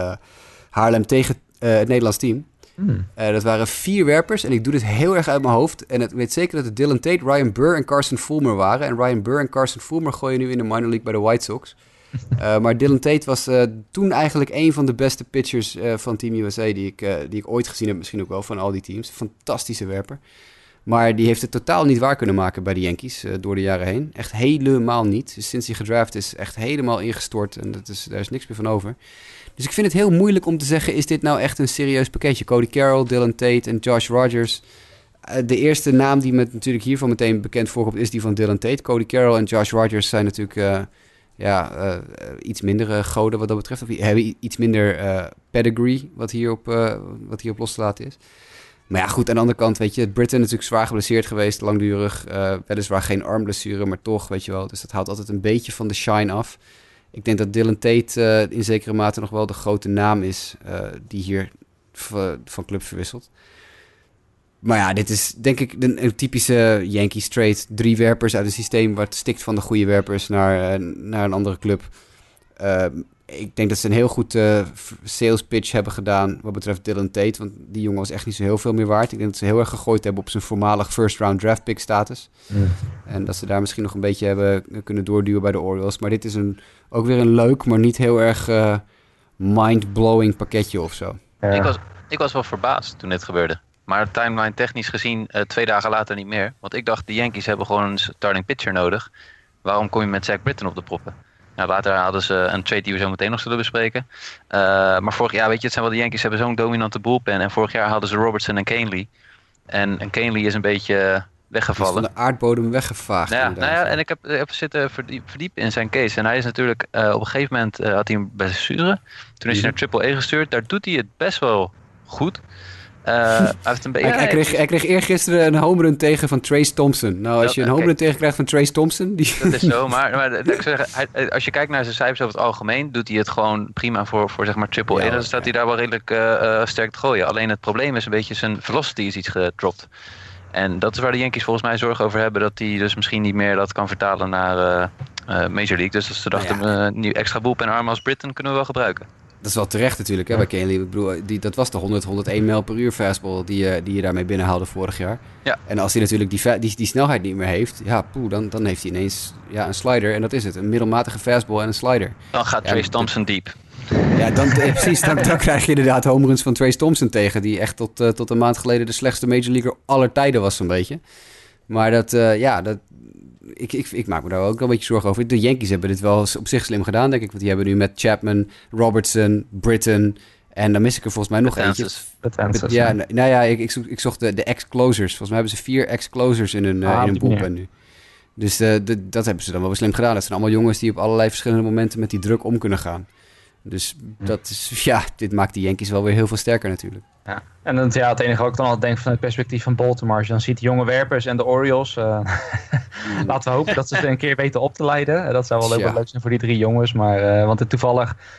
Speaker 4: Haarlem tegen het Nederlands team. Dat waren 4 werpers en ik doe dit heel erg uit mijn hoofd. En ik weet zeker dat het Dylan Tate, Ryan Burr en Carson Fulmer waren. En Ryan Burr en Carson Fulmer gooien nu in de minor league bij de White Sox. Maar Dylan Tate was toen eigenlijk een van de beste pitchers van Team USA die ik ooit gezien heb. Misschien ook wel van al die teams. Fantastische werper. Maar die heeft het totaal niet waar kunnen maken bij de Yankees door de jaren heen. Echt helemaal niet. Dus sinds hij gedraft is, echt helemaal ingestort. En daar is niks meer van over. Dus ik vind het heel moeilijk om te zeggen, is dit nou echt een serieus pakketje? Cody Carroll, Dylan Tate en Josh Rogers. De eerste naam die me natuurlijk hiervan meteen bekend voorkomt is die van Dylan Tate. Cody Carroll en Josh Rogers zijn natuurlijk iets minder goden wat dat betreft. Of hebben iets minder pedigree wat hier op los te laten is. Maar ja, goed, aan de andere kant, weet je, Britton natuurlijk zwaar geblesseerd geweest, langdurig. Weliswaar geen armblessure, maar toch, weet je wel. Dus dat haalt altijd een beetje van de shine af. Ik denk dat Dylan Tate in zekere mate nog wel de grote naam is die hier van club verwisselt. Maar ja, dit is denk ik een typische Yankees trade. 3 werpers uit een systeem waar het stikt van de goede werpers naar een andere club. Ik denk dat ze een heel goed sales pitch hebben gedaan wat betreft Dylan Tate. Want die jongen was echt niet zo heel veel meer waard. Ik denk dat ze heel erg gegooid hebben op zijn voormalig first round draft pick status. En dat ze daar misschien nog een beetje hebben kunnen doorduwen bij de Orioles. Maar dit is ook weer een leuk, maar niet heel erg mind-blowing pakketje of zo.
Speaker 5: Ik was wel verbaasd toen dit gebeurde. Maar timeline technisch gezien 2 dagen later niet meer. Want ik dacht, de Yankees hebben gewoon een starting pitcher nodig. Waarom kom je met Zach Britton op de proppen? Nou, later hadden ze een trade die we zo meteen nog zullen bespreken. Maar vorig jaar, weet je, het zijn wel de Yankees hebben zo'n dominante bullpen. En vorig jaar hadden ze Robertson en Canely. En Canely is een beetje weggevallen.
Speaker 4: Is van de aardbodem weggevaagd.
Speaker 5: En ik heb zitten verdiepen in zijn case. En hij is natuurlijk, op een gegeven moment had hij een blessure. Toen is hij naar AAA gestuurd. Daar doet hij het best wel goed.
Speaker 4: Hij kreeg eergisteren een home run tegen van Trace Thompson. Nou, als je een home run tegen krijgt van Trace Thompson...
Speaker 5: Dat is zo, maar ik zeg, als je kijkt naar zijn cijfers over het algemeen... doet hij het gewoon prima voor zeg maar AAA. Dan staat hij daar wel redelijk sterk te gooien. Alleen het probleem is een beetje zijn velocity is iets gedropt. En dat is waar de Yankees volgens mij zorgen over hebben... dat hij dus misschien niet meer dat kan vertalen naar Major League. Dus ze dachten, nu extra bullpen arm als Britton kunnen we wel gebruiken.
Speaker 4: Dat is wel terecht natuurlijk, hè, bij Canely. Ik bedoel, dat was de 101 mijl per uur fastball die je daarmee binnenhaalde vorig jaar. Ja. En als hij natuurlijk die snelheid niet meer heeft, dan heeft hij ineens een slider. En dat is het, een middelmatige fastball en een slider.
Speaker 5: Dan gaat Trace Thompson diep.
Speaker 4: Ja, precies. Dan krijg je inderdaad home runs van Trace Thompson tegen. Die echt tot een maand geleden de slechtste major leaguer aller tijden was zo'n beetje. Maar ik maak me daar ook wel een beetje zorgen over. De Yankees hebben dit wel op zich slim gedaan, denk ik. Want die hebben nu met Chapman, Robertson, Britton... En dan mis ik er volgens mij nog eentje. Ik zocht de ex-closers. Volgens mij hebben ze 4 ex-closers in hun bullpen nu. Dus dat hebben ze dan wel slim gedaan. Dat zijn allemaal jongens die op allerlei verschillende momenten met die druk om kunnen gaan. Dus dit maakt die Yankees wel weer heel veel sterker natuurlijk.
Speaker 3: Ja. En het enige wat ik dan al denk van het perspectief van Baltimore. Als je dan ziet de jonge werpers en de Orioles. Laten we hopen dat ze een keer weten op te leiden. Dat zou wel leuk zijn voor die 3 jongens. Maar want toevallig,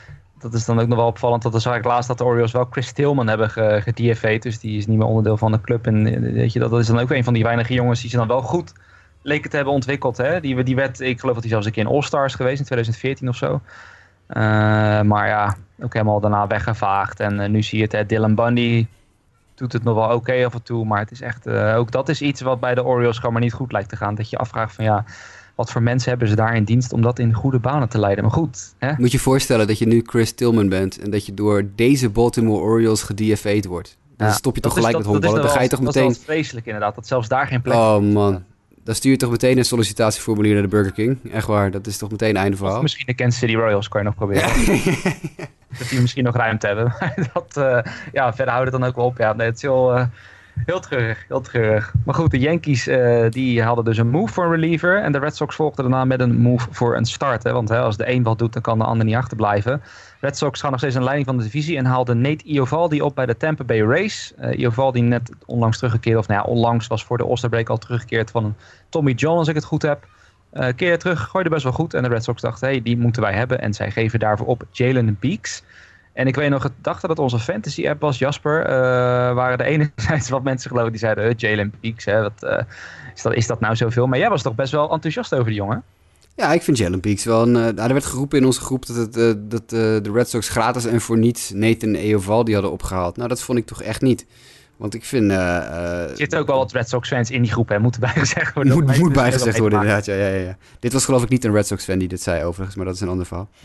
Speaker 3: dat is dan ook nog wel opvallend. Dat zag ik laatst dat de Orioles wel Chris Tillman hebben gedFA'd. Dus die is niet meer onderdeel van de club. En weet je, dat is dan ook een van die weinige jongens die ze dan wel goed leken te hebben ontwikkeld. Hè? Die werd, ik geloof dat hij zelfs een keer in All-Stars geweest in 2014 of zo. Maar ja, ook helemaal daarna weggevaagd. En nu zie je het, Dylan Bundy doet het nog wel oké af en toe. Maar het is echt, ook dat is iets wat bij de Orioles gewoon maar niet goed lijkt te gaan. Dat je afvraagt van ja, wat voor mensen hebben ze daar in dienst om dat in goede banen te leiden. Maar goed. Hè?
Speaker 4: Moet je voorstellen dat je nu Chris Tillman bent en dat je door deze Baltimore Orioles gedFA'd wordt. Dan stop je toch gelijk met honkballen. Dan ga je toch meteen...
Speaker 3: Dat is wel vreselijk inderdaad, dat zelfs daar geen plek
Speaker 4: Oh man. Dan stuur je toch meteen een sollicitatieformulier naar de Burger King. Echt waar, dat is toch meteen einde verhaal.
Speaker 3: Of misschien de Kansas City Royals kan je nog proberen. Dat die misschien nog ruimte hebben. Verder houden het dan ook wel op. Ja, nee, het is heel treurig. Maar goed, de Yankees die hadden dus een move voor een reliever. En de Red Sox volgden daarna met een move voor een start. Hè? Want als de een wat doet, dan kan de ander niet achterblijven. Red Sox gaan nog steeds aan de leiding van de divisie en haalden Nate Eovaldi op bij de Tampa Bay Rays. Eovaldi net onlangs teruggekeerd, of nou ja, onlangs was voor de All-Star break al teruggekeerd van een Tommy John, als ik het goed heb. Keerde terug, gooide best wel goed en de Red Sox dachten, hey, die moeten wij hebben. En zij geven daarvoor op Jalen Beeks. En ik weet nog, dachten dat onze fantasy app was, Jasper, waren de enerzijds wat mensen geloven die zeiden, Jalen Beeks, hè, is dat nou zoveel? Maar jij was toch best wel enthousiast over die jongen?
Speaker 4: Ja, ik vind Jalen Beeks wel er werd geroepen in onze groep dat de Red Sox gratis en voor niets Nathan Eovaldi hadden opgehaald. Nou, dat vond ik toch echt niet. Want ik vind...
Speaker 3: er zitten ook wel wat Red Sox fans in die groep, hè, moeten bijgezegd worden.
Speaker 4: Moet bijgezegd worden, inderdaad. Ja. Dit was geloof ik niet een Red Sox fan die dit zei overigens, maar dat is een ander verhaal.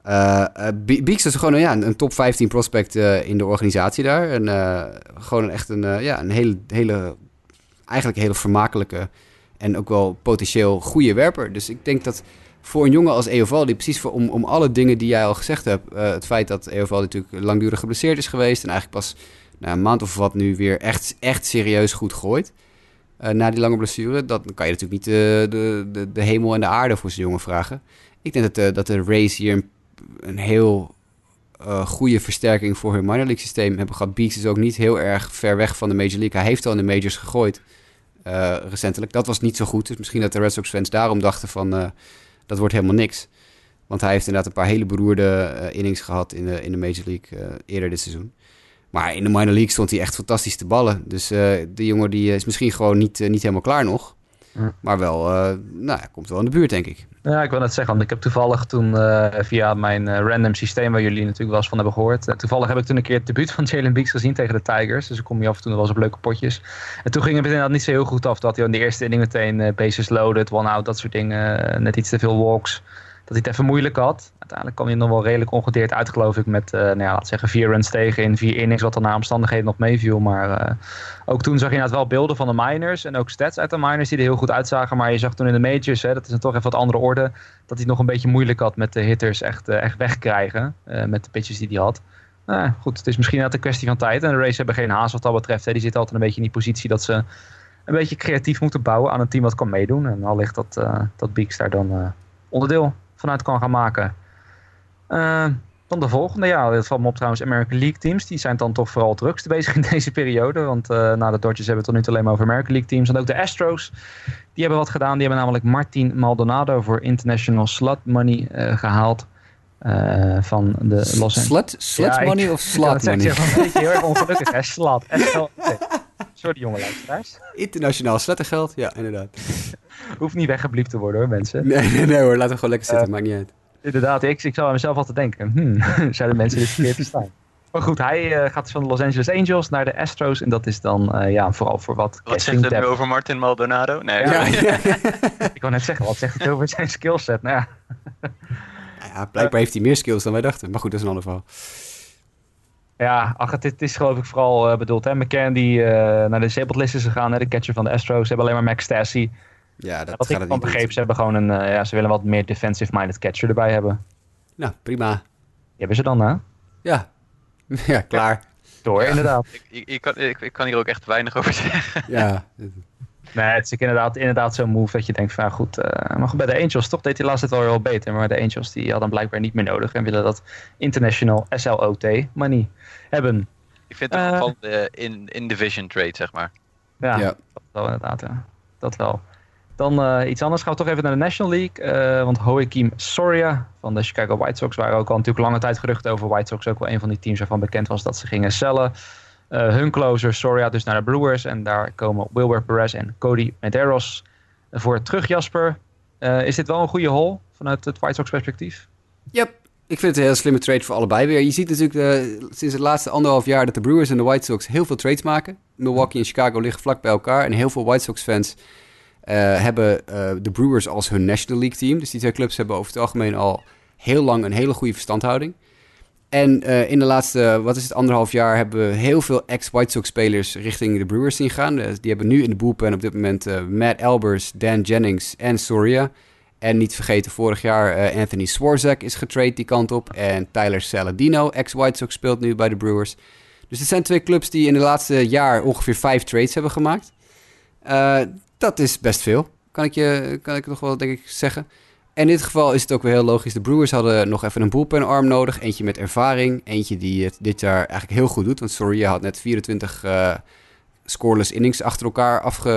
Speaker 4: Beeks is gewoon een top 15 prospect in de organisatie daar. En gewoon echt een hele vermakelijke en ook wel potentieel goede werper. Dus ik denk dat voor een jongen als Eovaldi, precies om alle dingen die jij al gezegd hebt, het feit dat Eovaldi natuurlijk langdurig geblesseerd is geweest en eigenlijk pas een maand of wat nu weer echt serieus goed gooit na die lange blessure, dan kan je natuurlijk niet de hemel en de aarde voor zo'n jongen vragen. Ik denk dat de Rays hier een heel goede versterking voor hun minor league systeem hebben gehad. Beeks is ook niet heel erg ver weg van de Major League. Hij heeft al in de majors gegooid recentelijk. Dat was niet zo goed. Dus misschien dat de Red Sox fans daarom dachten van dat wordt helemaal niks. Want hij heeft inderdaad een paar hele beroerde innings gehad in de Major League eerder dit seizoen. Maar in de minor league stond hij echt fantastisch te ballen. Dus die jongen die is misschien gewoon niet helemaal klaar nog. Maar wel, komt wel in de buurt, denk ik.
Speaker 3: Ja, ik wil net zeggen, want ik heb toevallig toen via mijn random systeem, waar jullie natuurlijk wel eens van hebben gehoord. Toevallig heb ik toen een keer het debuut van Jalen Beeks gezien tegen de Tigers. Dus dan kom je af en toe nog wel eens op leuke potjes. En toen ging het inderdaad niet zo heel goed af. Dat hij in de eerste inning meteen bases loaded, one out, dat soort dingen. Net iets te veel walks. Dat hij het even moeilijk had. Uiteindelijk kwam hij nog wel redelijk ongedeerd uit, geloof ik. Met, laten we zeggen, 4 runs tegen in 4 innings. Wat dan naar omstandigheden nog meeviel. Maar ook toen zag je inderdaad wel beelden van de minors. En ook stats uit de minors die er heel goed uitzagen. Maar je zag toen in de majors, dat is dan toch even wat andere orde. Dat hij het nog een beetje moeilijk had met de hitters echt wegkrijgen. Met de pitches die hij had. Goed, het is misschien net een kwestie van tijd. En de Rays hebben geen haast wat dat betreft. Hè. Die zitten altijd een beetje in die positie dat ze een beetje creatief moeten bouwen aan een team wat kan meedoen. En allicht dat Beeks daar dan onderdeel vanuit kan gaan maken. Dan de volgende. Ja, dat valt me op trouwens. American League teams. Die zijn dan toch vooral het drukste bezig in deze periode. Want na de Dodgers hebben we het tot nu toe alleen maar over American League teams. En ook de Astros. Die hebben wat gedaan. Die hebben namelijk Martin Maldonado voor International Slot Money gehaald. Van de Los Angeles.
Speaker 4: Slut money of slot money?
Speaker 3: Ik zeg, heel erg ongelukkig. Hè? Slat. Sorry jonge luisteraars.
Speaker 4: Internationaal slettengeld. Ja, inderdaad.
Speaker 3: Hoeft niet weggebliept te worden hoor, mensen.
Speaker 4: Nee hoor, laten we gewoon lekker zitten. Maakt niet uit.
Speaker 3: Inderdaad, ik zou aan mezelf altijd denken. Zouden mensen dit verkeerd verstaan? Maar goed, hij gaat dus van de Los Angeles Angels naar de Astros. En dat is dan vooral voor wat...
Speaker 5: Wat zegt het nu over Martin Maldonado? Nee.
Speaker 3: Ja. Ik wou net zeggen, wat zegt het over zijn skillset? Nou
Speaker 4: ja, blijkbaar heeft hij meer skills dan wij dachten. Maar goed, dat is een ander verhaal.
Speaker 3: Ja, het is geloof ik vooral bedoeld. Hè? McCann die naar de disabled list is gegaan. Hè? De catcher van de Astros. Ze hebben alleen maar Max Stassi.
Speaker 4: Ja, dat
Speaker 3: wat ik van begreep, ze hebben gewoon ze willen wat meer defensive-minded catcher erbij hebben.
Speaker 4: Nou, prima. Die
Speaker 3: hebben ze dan, hè?
Speaker 4: Ja, klaar.
Speaker 3: Door, inderdaad.
Speaker 5: Ik kan hier ook echt weinig over zeggen.
Speaker 4: Ja.
Speaker 3: Nee, het is inderdaad zo'n move dat je denkt van goed. Maar goed, bij de Angels toch deed hij laatst het wel beter. Maar de Angels die hadden blijkbaar niet meer nodig. En willen dat international SLOT money hebben.
Speaker 5: Ik vind het geval in division trade, zeg maar.
Speaker 3: Ja, dat wel inderdaad. Ja. Dat Dan iets anders. Gaan we toch even naar de National League. Want Joakim Soria van de Chicago White Sox waren ook al natuurlijk lange tijd geruchten over White Sox. Ook wel een van die teams waarvan bekend was dat ze gingen cellen. Hun closer Soria dus naar de Brewers. En daar komen Wilber Perez en Cody Medeiros voor terug, Jasper. Is dit wel een goede haul vanuit het White Sox perspectief?
Speaker 4: Yep. Ik vind het een heel slimme trade voor allebei weer. Je ziet natuurlijk sinds het laatste 1,5 jaar dat de Brewers en de White Sox heel veel trades maken. Milwaukee en Chicago liggen vlak bij elkaar. En heel veel White Sox fans hebben de Brewers als hun National League team. Dus die twee clubs hebben over het algemeen al heel lang een hele goede verstandhouding. En in de laatste, 1,5 jaar hebben we heel veel ex-White Sox spelers richting de Brewers zien gaan. Die hebben nu in de bullpen op dit moment Matt Albers, Dan Jennings en Soria. En niet vergeten, vorig jaar Anthony Swarzak is getrade die kant op. En Tyler Saladino, ex-White Sox, speelt nu bij de Brewers. Dus het zijn twee clubs die in de laatste jaar ongeveer 5 trades hebben gemaakt. Dat is best veel, kan ik nog wel denk ik zeggen. En in dit geval is het ook weer heel logisch. De Brewers hadden nog even een bullpen-arm nodig. Eentje met ervaring. Eentje die het dit jaar eigenlijk heel goed doet. Want Soria had net 24 scoreless innings achter elkaar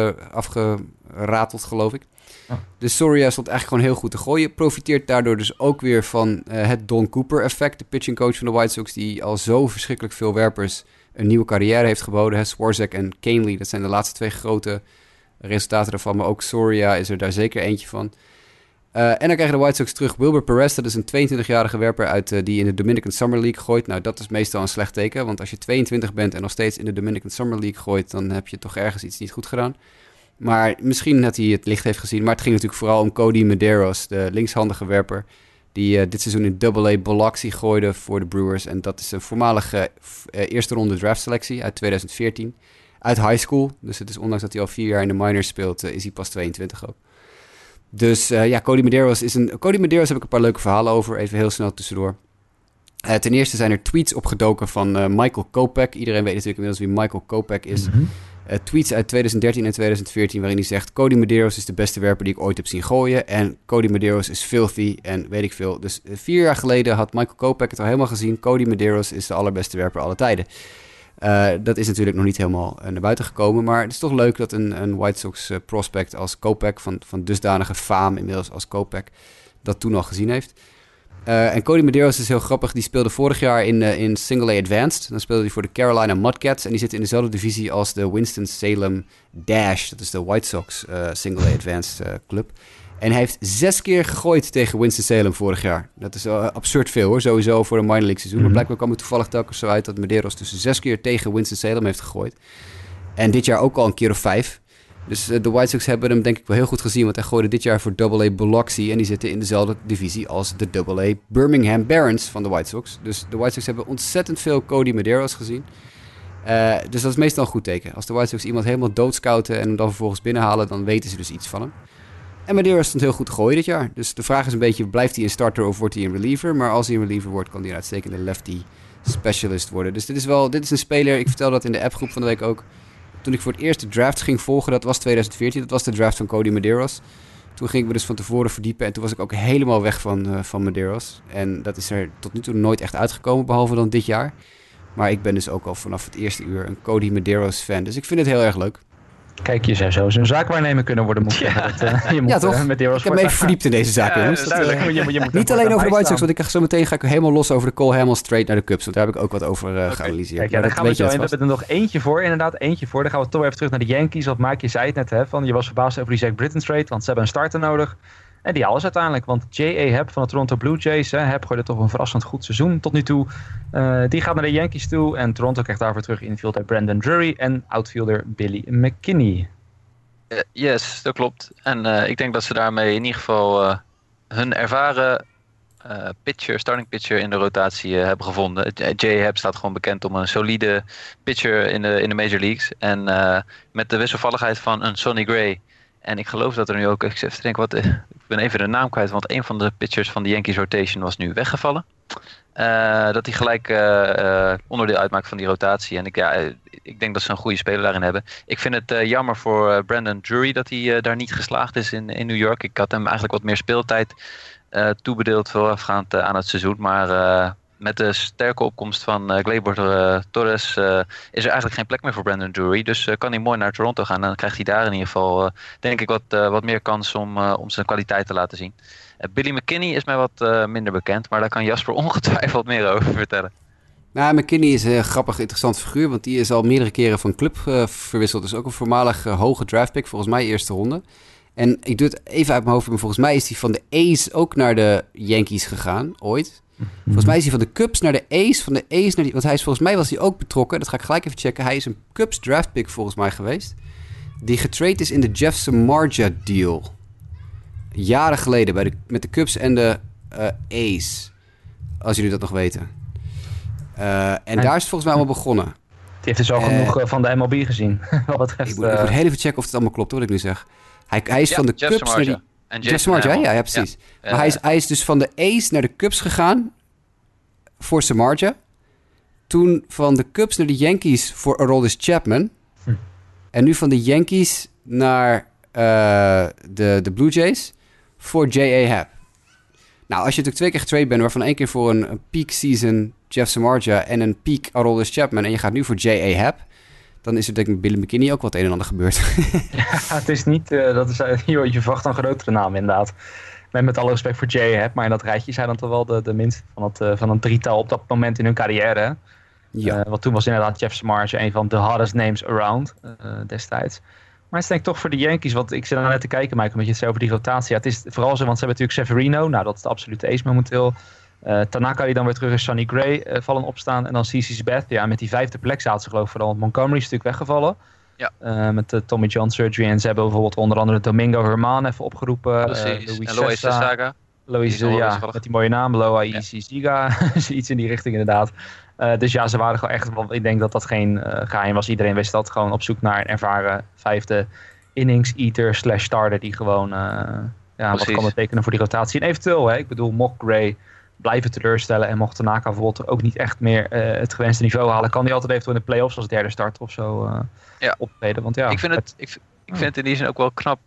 Speaker 4: afgerateld, geloof ik. Oh. Dus Soria stond eigenlijk gewoon heel goed te gooien. Profiteert daardoor dus ook weer van het Don Cooper effect. De pitching coach van de White Sox, die al zo verschrikkelijk veel werpers een nieuwe carrière heeft geboden. Swarzak en Kahnle, dat zijn de laatste 2 grote resultaten daarvan. Maar ook Soria is er daar zeker eentje van. En dan krijgen de White Sox terug Wilber Perez. Dat is een 22-jarige werper die in de Dominican Summer League gooit. Nou, dat is meestal een slecht teken. Want als je 22 bent en nog steeds in de Dominican Summer League gooit, dan heb je toch ergens iets niet goed gedaan. Maar misschien dat hij het licht heeft gezien. Maar het ging natuurlijk vooral om Cody Medeiros, de linkshandige werper, die dit seizoen in Double-A Biloxi gooide voor de Brewers. En dat is een voormalige eerste ronde draftselectie uit 2014. Uit high school. Dus het is, ondanks dat hij al 4 jaar in de minors speelt, is hij pas 22 ook. Dus Cody Medeiros Cody Medeiros heb ik een paar leuke verhalen over. Even heel snel tussendoor. Ten eerste zijn er tweets opgedoken van Michael Kopech. Iedereen weet natuurlijk inmiddels wie Michael Kopech is. Mm-hmm. Tweets uit 2013 en 2014 waarin hij zegt: Cody Medeiros is de beste werper die ik ooit heb zien gooien. En Cody Medeiros is filthy en weet ik veel. Dus 4 jaar geleden had Michael Kopech het al helemaal gezien. Cody Medeiros is de allerbeste werper aller tijden. Dat is natuurlijk nog niet helemaal naar buiten gekomen. Maar het is toch leuk dat een White Sox prospect als Kopech, van dusdanige faam inmiddels als Kopech, dat toen al gezien heeft. En Cody Medeiros is heel grappig. Die speelde vorig jaar in Single-A Advanced. Dan speelde hij voor de Carolina Mudcats. En die zit in dezelfde divisie als de Winston-Salem Dash. Dat is de White Sox Single-A Advanced club. En hij heeft 6 keer gegooid tegen Winston-Salem vorig jaar. Dat is absurd veel hoor, sowieso voor een minor league seizoen. Maar blijkbaar kwam het toevallig telkens zo uit dat Medeiros tussen 6 keer tegen Winston-Salem heeft gegooid. En dit jaar ook al een keer of 5. Dus de White Sox hebben hem denk ik wel heel goed gezien. Want hij gooide dit jaar voor Double-A Biloxi. En die zitten in dezelfde divisie als de Double-A Birmingham Barons van de White Sox. Dus de White Sox hebben ontzettend veel Cody Medeiros gezien. Dus dat is meestal een goed teken. Als de White Sox iemand helemaal doodscouten en hem dan vervolgens binnenhalen, dan weten ze dus iets van hem. En Medeiros stond heel goed te gooien dit jaar. Dus de vraag is een beetje, blijft hij een starter of wordt hij een reliever? Maar als hij een reliever wordt, kan hij een uitstekende lefty specialist worden. Dus dit is een speler, ik vertelde dat in de appgroep van de week ook. Toen ik voor het eerst de draft ging volgen, dat was 2014. Dat was de draft van Cody Medeiros. Toen ging ik me dus van tevoren verdiepen. En toen was ik ook helemaal weg van Medeiros. En dat is er tot nu toe nooit echt uitgekomen, behalve dan dit jaar. Maar ik ben dus ook al vanaf het eerste uur een Cody Medeiros fan. Dus ik vind het heel erg leuk.
Speaker 3: Kijk, je zou zo zo'n zaakwaarnemer kunnen worden. Moet je
Speaker 4: ja, toch? Ik heb me even verdiept in deze zaak, jongens. Niet alleen over de White Sox, want zo meteen ga ik helemaal los over de Cole Hamels trade naar de Cubs. Want daar heb ik ook wat over geanalyseerd.
Speaker 3: Kijk, daar gaan we zo in. We hebben er nog eentje voor, inderdaad. Eentje voor. Dan gaan we toch even terug naar de Yankees. Wat Mike, je zei het net, hè, van je was verbaasd over die Zach Britton trade, want ze hebben een starter nodig. En die halen ze uiteindelijk, want J.A. Happ van de Toronto Blue Jays, Happ gooide toch een verrassend goed seizoen tot nu toe. Die gaat naar de Yankees toe en Toronto krijgt daarvoor terug infielder Brandon Drury en outfielder Billy McKinney.
Speaker 5: Yes, dat klopt. En ik denk dat ze daarmee in ieder geval hun ervaren starting pitcher in de rotatie hebben gevonden. J.A. Happ staat gewoon bekend om een solide pitcher in de major leagues. En met de wisselvalligheid van een Sonny Gray. En ik geloof dat er nu ook, ik zit even te denken, ik ben even de naam kwijt, want een van de pitchers van de Yankees rotation was nu weggevallen. Dat hij gelijk onderdeel uitmaakt van die rotatie. En ik denk dat ze een goede speler daarin hebben. Ik vind het jammer voor Brandon Drury dat hij daar niet geslaagd is in New York. Ik had hem eigenlijk wat meer speeltijd toebedeeld voorafgaand aan het seizoen. Maar met de sterke opkomst van Gleyber Torres is er eigenlijk geen plek meer voor Brandon Drury. Dus kan hij mooi naar Toronto gaan. En dan krijgt hij daar in ieder geval, denk ik, wat meer kans om zijn kwaliteit te laten zien. Billy McKinney is mij wat minder bekend, maar daar kan Jasper ongetwijfeld meer over vertellen.
Speaker 4: Nou, McKinney is een grappig, interessant figuur, want die is al meerdere keren van club verwisseld. Dus ook een voormalig hoge draftpick, volgens mij eerste ronde. En ik doe het even uit mijn hoofd, maar volgens mij is hij van de A's ook naar de Yankees gegaan, ooit. Volgens mij is hij van de Cubs naar de A's, van de A's naar die... Want volgens mij was hij ook betrokken, dat ga ik gelijk even checken. Hij is een Cubs draftpick volgens mij geweest, die getrade is in de Jeff Samardzija deal. Jaren geleden met de Cubs en de A's, als jullie dat nog weten. En daar is het volgens mij allemaal begonnen.
Speaker 3: Die heeft dus al genoeg van de MLB gezien. Wat betreft,
Speaker 4: ik moet heel even checken of het allemaal klopt, wat ik nu zeg. Hij is van de
Speaker 5: Jeff
Speaker 4: Cubs naar die... Jeff Samardzija, ja, precies.
Speaker 5: Ja.
Speaker 4: Maar hij is dus van de A's naar de Cubs gegaan voor Samardzija. Toen van de Cubs naar de Yankees voor Aroldis Chapman. En nu van de Yankees naar de Blue Jays voor J.A. Happ. Nou, als je natuurlijk 2 keer getrade bent, waarvan 1 keer voor een peak season Jeff Samardzija en een peak Aroldis Chapman, en je gaat nu voor J.A. Happ, dan is er denk ik met Billy McKinney ook wat een en ander gebeurd.
Speaker 3: Ja, het is niet... je verwacht een grotere naam inderdaad. Met alle respect voor J.A. Happ, maar in dat rijtje zijn dan toch wel de minst van een drietal op dat moment in hun carrière.
Speaker 4: Ja.
Speaker 3: Want toen was inderdaad Jeff Samardzija een van de hardest names around destijds. Maar het is denk ik toch voor de Yankees, want ik zit er net te kijken, Mike, omdat je het zo over die rotatie. Ja, het is vooral zo, want ze hebben natuurlijk Severino, nou dat is de absolute ace momenteel. Tanaka die dan weer terug is, Sonny Gray vallen opstaan en dan CC Sabathia. Ja, met die 5e plek zaten ze geloof ik vooral. Montgomery is natuurlijk weggevallen.
Speaker 5: Ja.
Speaker 3: Met de Tommy John surgery en ze hebben bijvoorbeeld onder andere Domingo Herman even opgeroepen.
Speaker 5: Precies. En Lois Saga.
Speaker 3: Ja, met die mooie naam, Loa Isiziga, iets in die richting inderdaad. Dus ja, ze waren gewoon echt, ik denk dat dat geen geheim was. Iedereen wist dat, gewoon op zoek naar een ervaren 5e innings-eater / starter die gewoon wat kan betekenen voor die rotatie. En eventueel, ik bedoel, mocht Gray blijven teleurstellen en mocht Tanaka bijvoorbeeld er ook niet echt meer het gewenste niveau halen, kan hij altijd eventueel in de play-offs als derde starter of zo optreden. Want ja,
Speaker 5: ik vind het in die zin ook wel knap.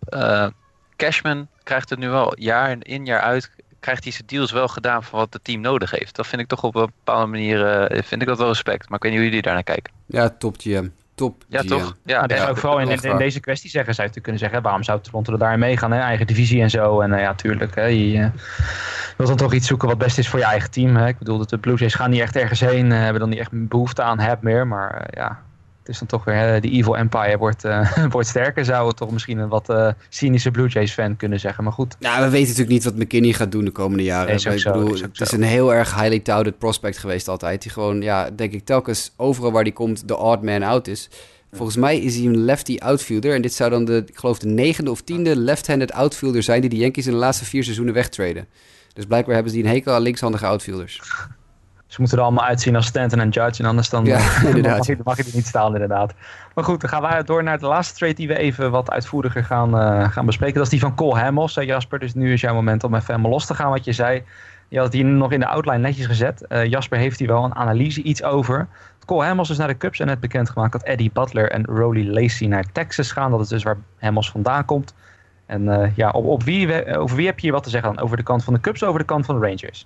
Speaker 5: Cashman krijgt het nu wel jaar in jaar uit, krijgt hij zijn deals wel gedaan van wat het team nodig heeft. Dat vind ik toch op een bepaalde manier, vind ik dat wel respect. Maar ik weet niet hoe jullie daar naar kijken.
Speaker 4: Ja, top GM.
Speaker 5: Ja,
Speaker 4: GM.
Speaker 5: toch? Ja,
Speaker 3: dat zou ik vooral in deze kwestie zeggen. Zou je kunnen zeggen, waarom zou Toronto er daarin meegaan? Eigen divisie en zo. En ja, tuurlijk. Je wilt dan toch iets zoeken wat best is voor je eigen team. Ik bedoel, de Blue Jays gaan niet echt ergens heen. Hebben dan niet echt behoefte aan Happ meer. Maar het is dan toch weer, de Evil Empire wordt sterker. Zou het toch misschien een wat cynische Blue Jays fan kunnen zeggen. Maar goed.
Speaker 4: Nou, we weten natuurlijk niet wat McKinney gaat doen de komende jaren. Het is een heel erg highly touted prospect geweest altijd. Die gewoon, denk ik, telkens overal waar die komt de odd man out is. Volgens mij is hij een lefty outfielder. En dit zou dan ik geloof de 9e of 10e left-handed outfielder zijn die de Yankees in de laatste 4 seizoenen wegtraden. Dus blijkbaar hebben ze die een hekel aan linkshandige outfielders.
Speaker 3: Ze moeten er allemaal uitzien als Stanton en Judge. En anders dan mag je er niet staan inderdaad. Maar goed, dan gaan we door naar de laatste trade die we even wat uitvoeriger gaan bespreken. Dat is die van Cole Hamels, Jasper. Dus nu is jouw moment om even helemaal los te gaan wat je zei. Je had het hier nog in de outline netjes gezet. Jasper heeft hier wel een analyse iets over. Cole Hamels is naar de Cubs en net bekendgemaakt dat Eddie Butler en Rollie Lacey naar Texas gaan. Dat is dus waar Hamels vandaan komt. En over wie heb je hier wat te zeggen dan? Over de kant van de Cubs of over de kant van de Rangers?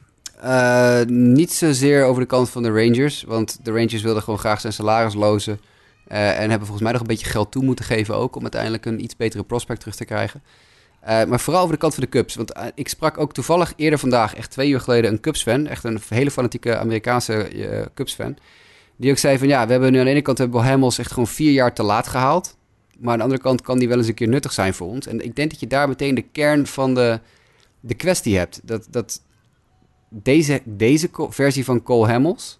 Speaker 4: Niet zozeer over de kant van de Rangers. Want de Rangers wilden gewoon graag zijn salaris lozen. En hebben volgens mij nog een beetje geld toe moeten geven ook. Om uiteindelijk een iets betere prospect terug te krijgen. Maar vooral over de kant van de Cubs. Want ik sprak ook toevallig eerder vandaag, echt 2 uur geleden, een Cubs-fan. Echt een hele fanatieke Amerikaanse Cubs-fan. Die ook zei van we hebben nu aan de ene kant hebben we Hamels echt gewoon 4 jaar te laat gehaald. Maar aan de andere kant kan die wel eens een keer nuttig zijn voor ons. En ik denk dat je daar meteen de kern van de kwestie hebt. Dat deze versie van Cole Hamels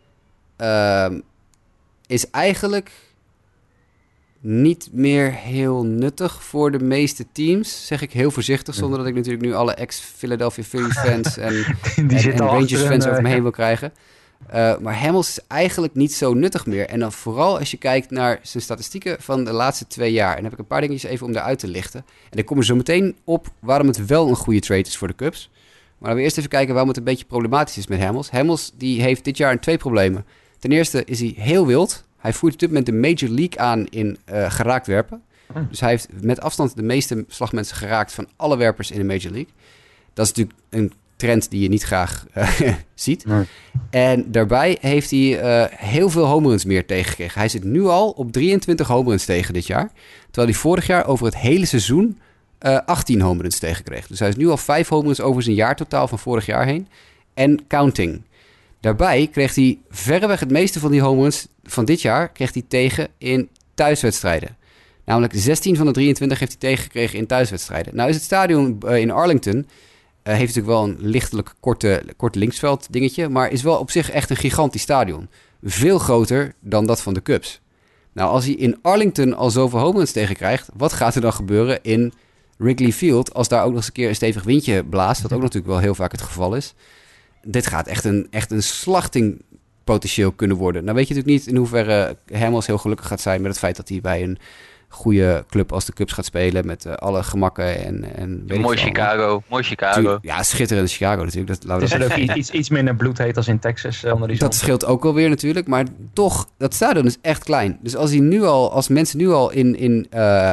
Speaker 4: is eigenlijk niet meer heel nuttig voor de meeste teams. Zeg ik heel voorzichtig, zonder dat ik natuurlijk nu alle ex-Philadelphia Phillies fans en Rangers fans over me heen wil krijgen. Maar Hamels is eigenlijk niet zo nuttig meer. En dan vooral als je kijkt naar zijn statistieken van de laatste 2 jaar. En dan heb ik een paar dingetjes even om daaruit te lichten. En ik kom er zo meteen op waarom het wel een goede trade is voor de Cubs. Maar dan we eerst even kijken waarom het een beetje problematisch is met Hamels. Hamels die heeft dit jaar 2 problemen. Ten eerste is hij heel wild. Hij voert op dit moment de Major League aan in geraakt werpen. Dus hij heeft met afstand de meeste slagmensen geraakt van alle werpers in de Major League. Dat is natuurlijk een trend die je niet graag ziet.
Speaker 3: Nee.
Speaker 4: En daarbij heeft hij heel veel home runs meer tegengekregen. Hij zit nu al op 23 home runs tegen dit jaar. Terwijl hij vorig jaar over het hele seizoen 18 home runs tegenkreeg. Dus hij is nu al 5 home runs over zijn jaartotaal van vorig jaar heen. En counting. Daarbij kreeg hij verreweg het meeste van die home runs van dit jaar kreeg hij tegen in thuiswedstrijden. Namelijk 16 van de 23 heeft hij tegengekregen in thuiswedstrijden. Nou is het stadion in Arlington heeft natuurlijk wel een lichtelijk kort linksveld dingetje, maar is wel op zich echt een gigantisch stadion. Veel groter dan dat van de Cubs. Nou, als hij in Arlington al zoveel home runs tegenkrijgt, wat gaat er dan gebeuren in Wrigley Field als daar ook nog eens een keer een stevig windje blaast, wat ook natuurlijk wel heel vaak het geval is. Dit gaat echt een slachtingpotentieel kunnen worden. Nou weet je natuurlijk niet in hoeverre Hamels heel gelukkig gaat zijn met het feit dat hij bij een goede club als de Cubs gaat spelen met alle gemakken en weet
Speaker 5: Mooi Chicago.
Speaker 4: Ja, schitterend Chicago natuurlijk.
Speaker 3: Het is ook iets minder bloedheet als in Texas onder die zon.
Speaker 4: Dat scheelt ook wel weer natuurlijk, maar toch, dat stadion is echt klein. Dus als mensen nu al in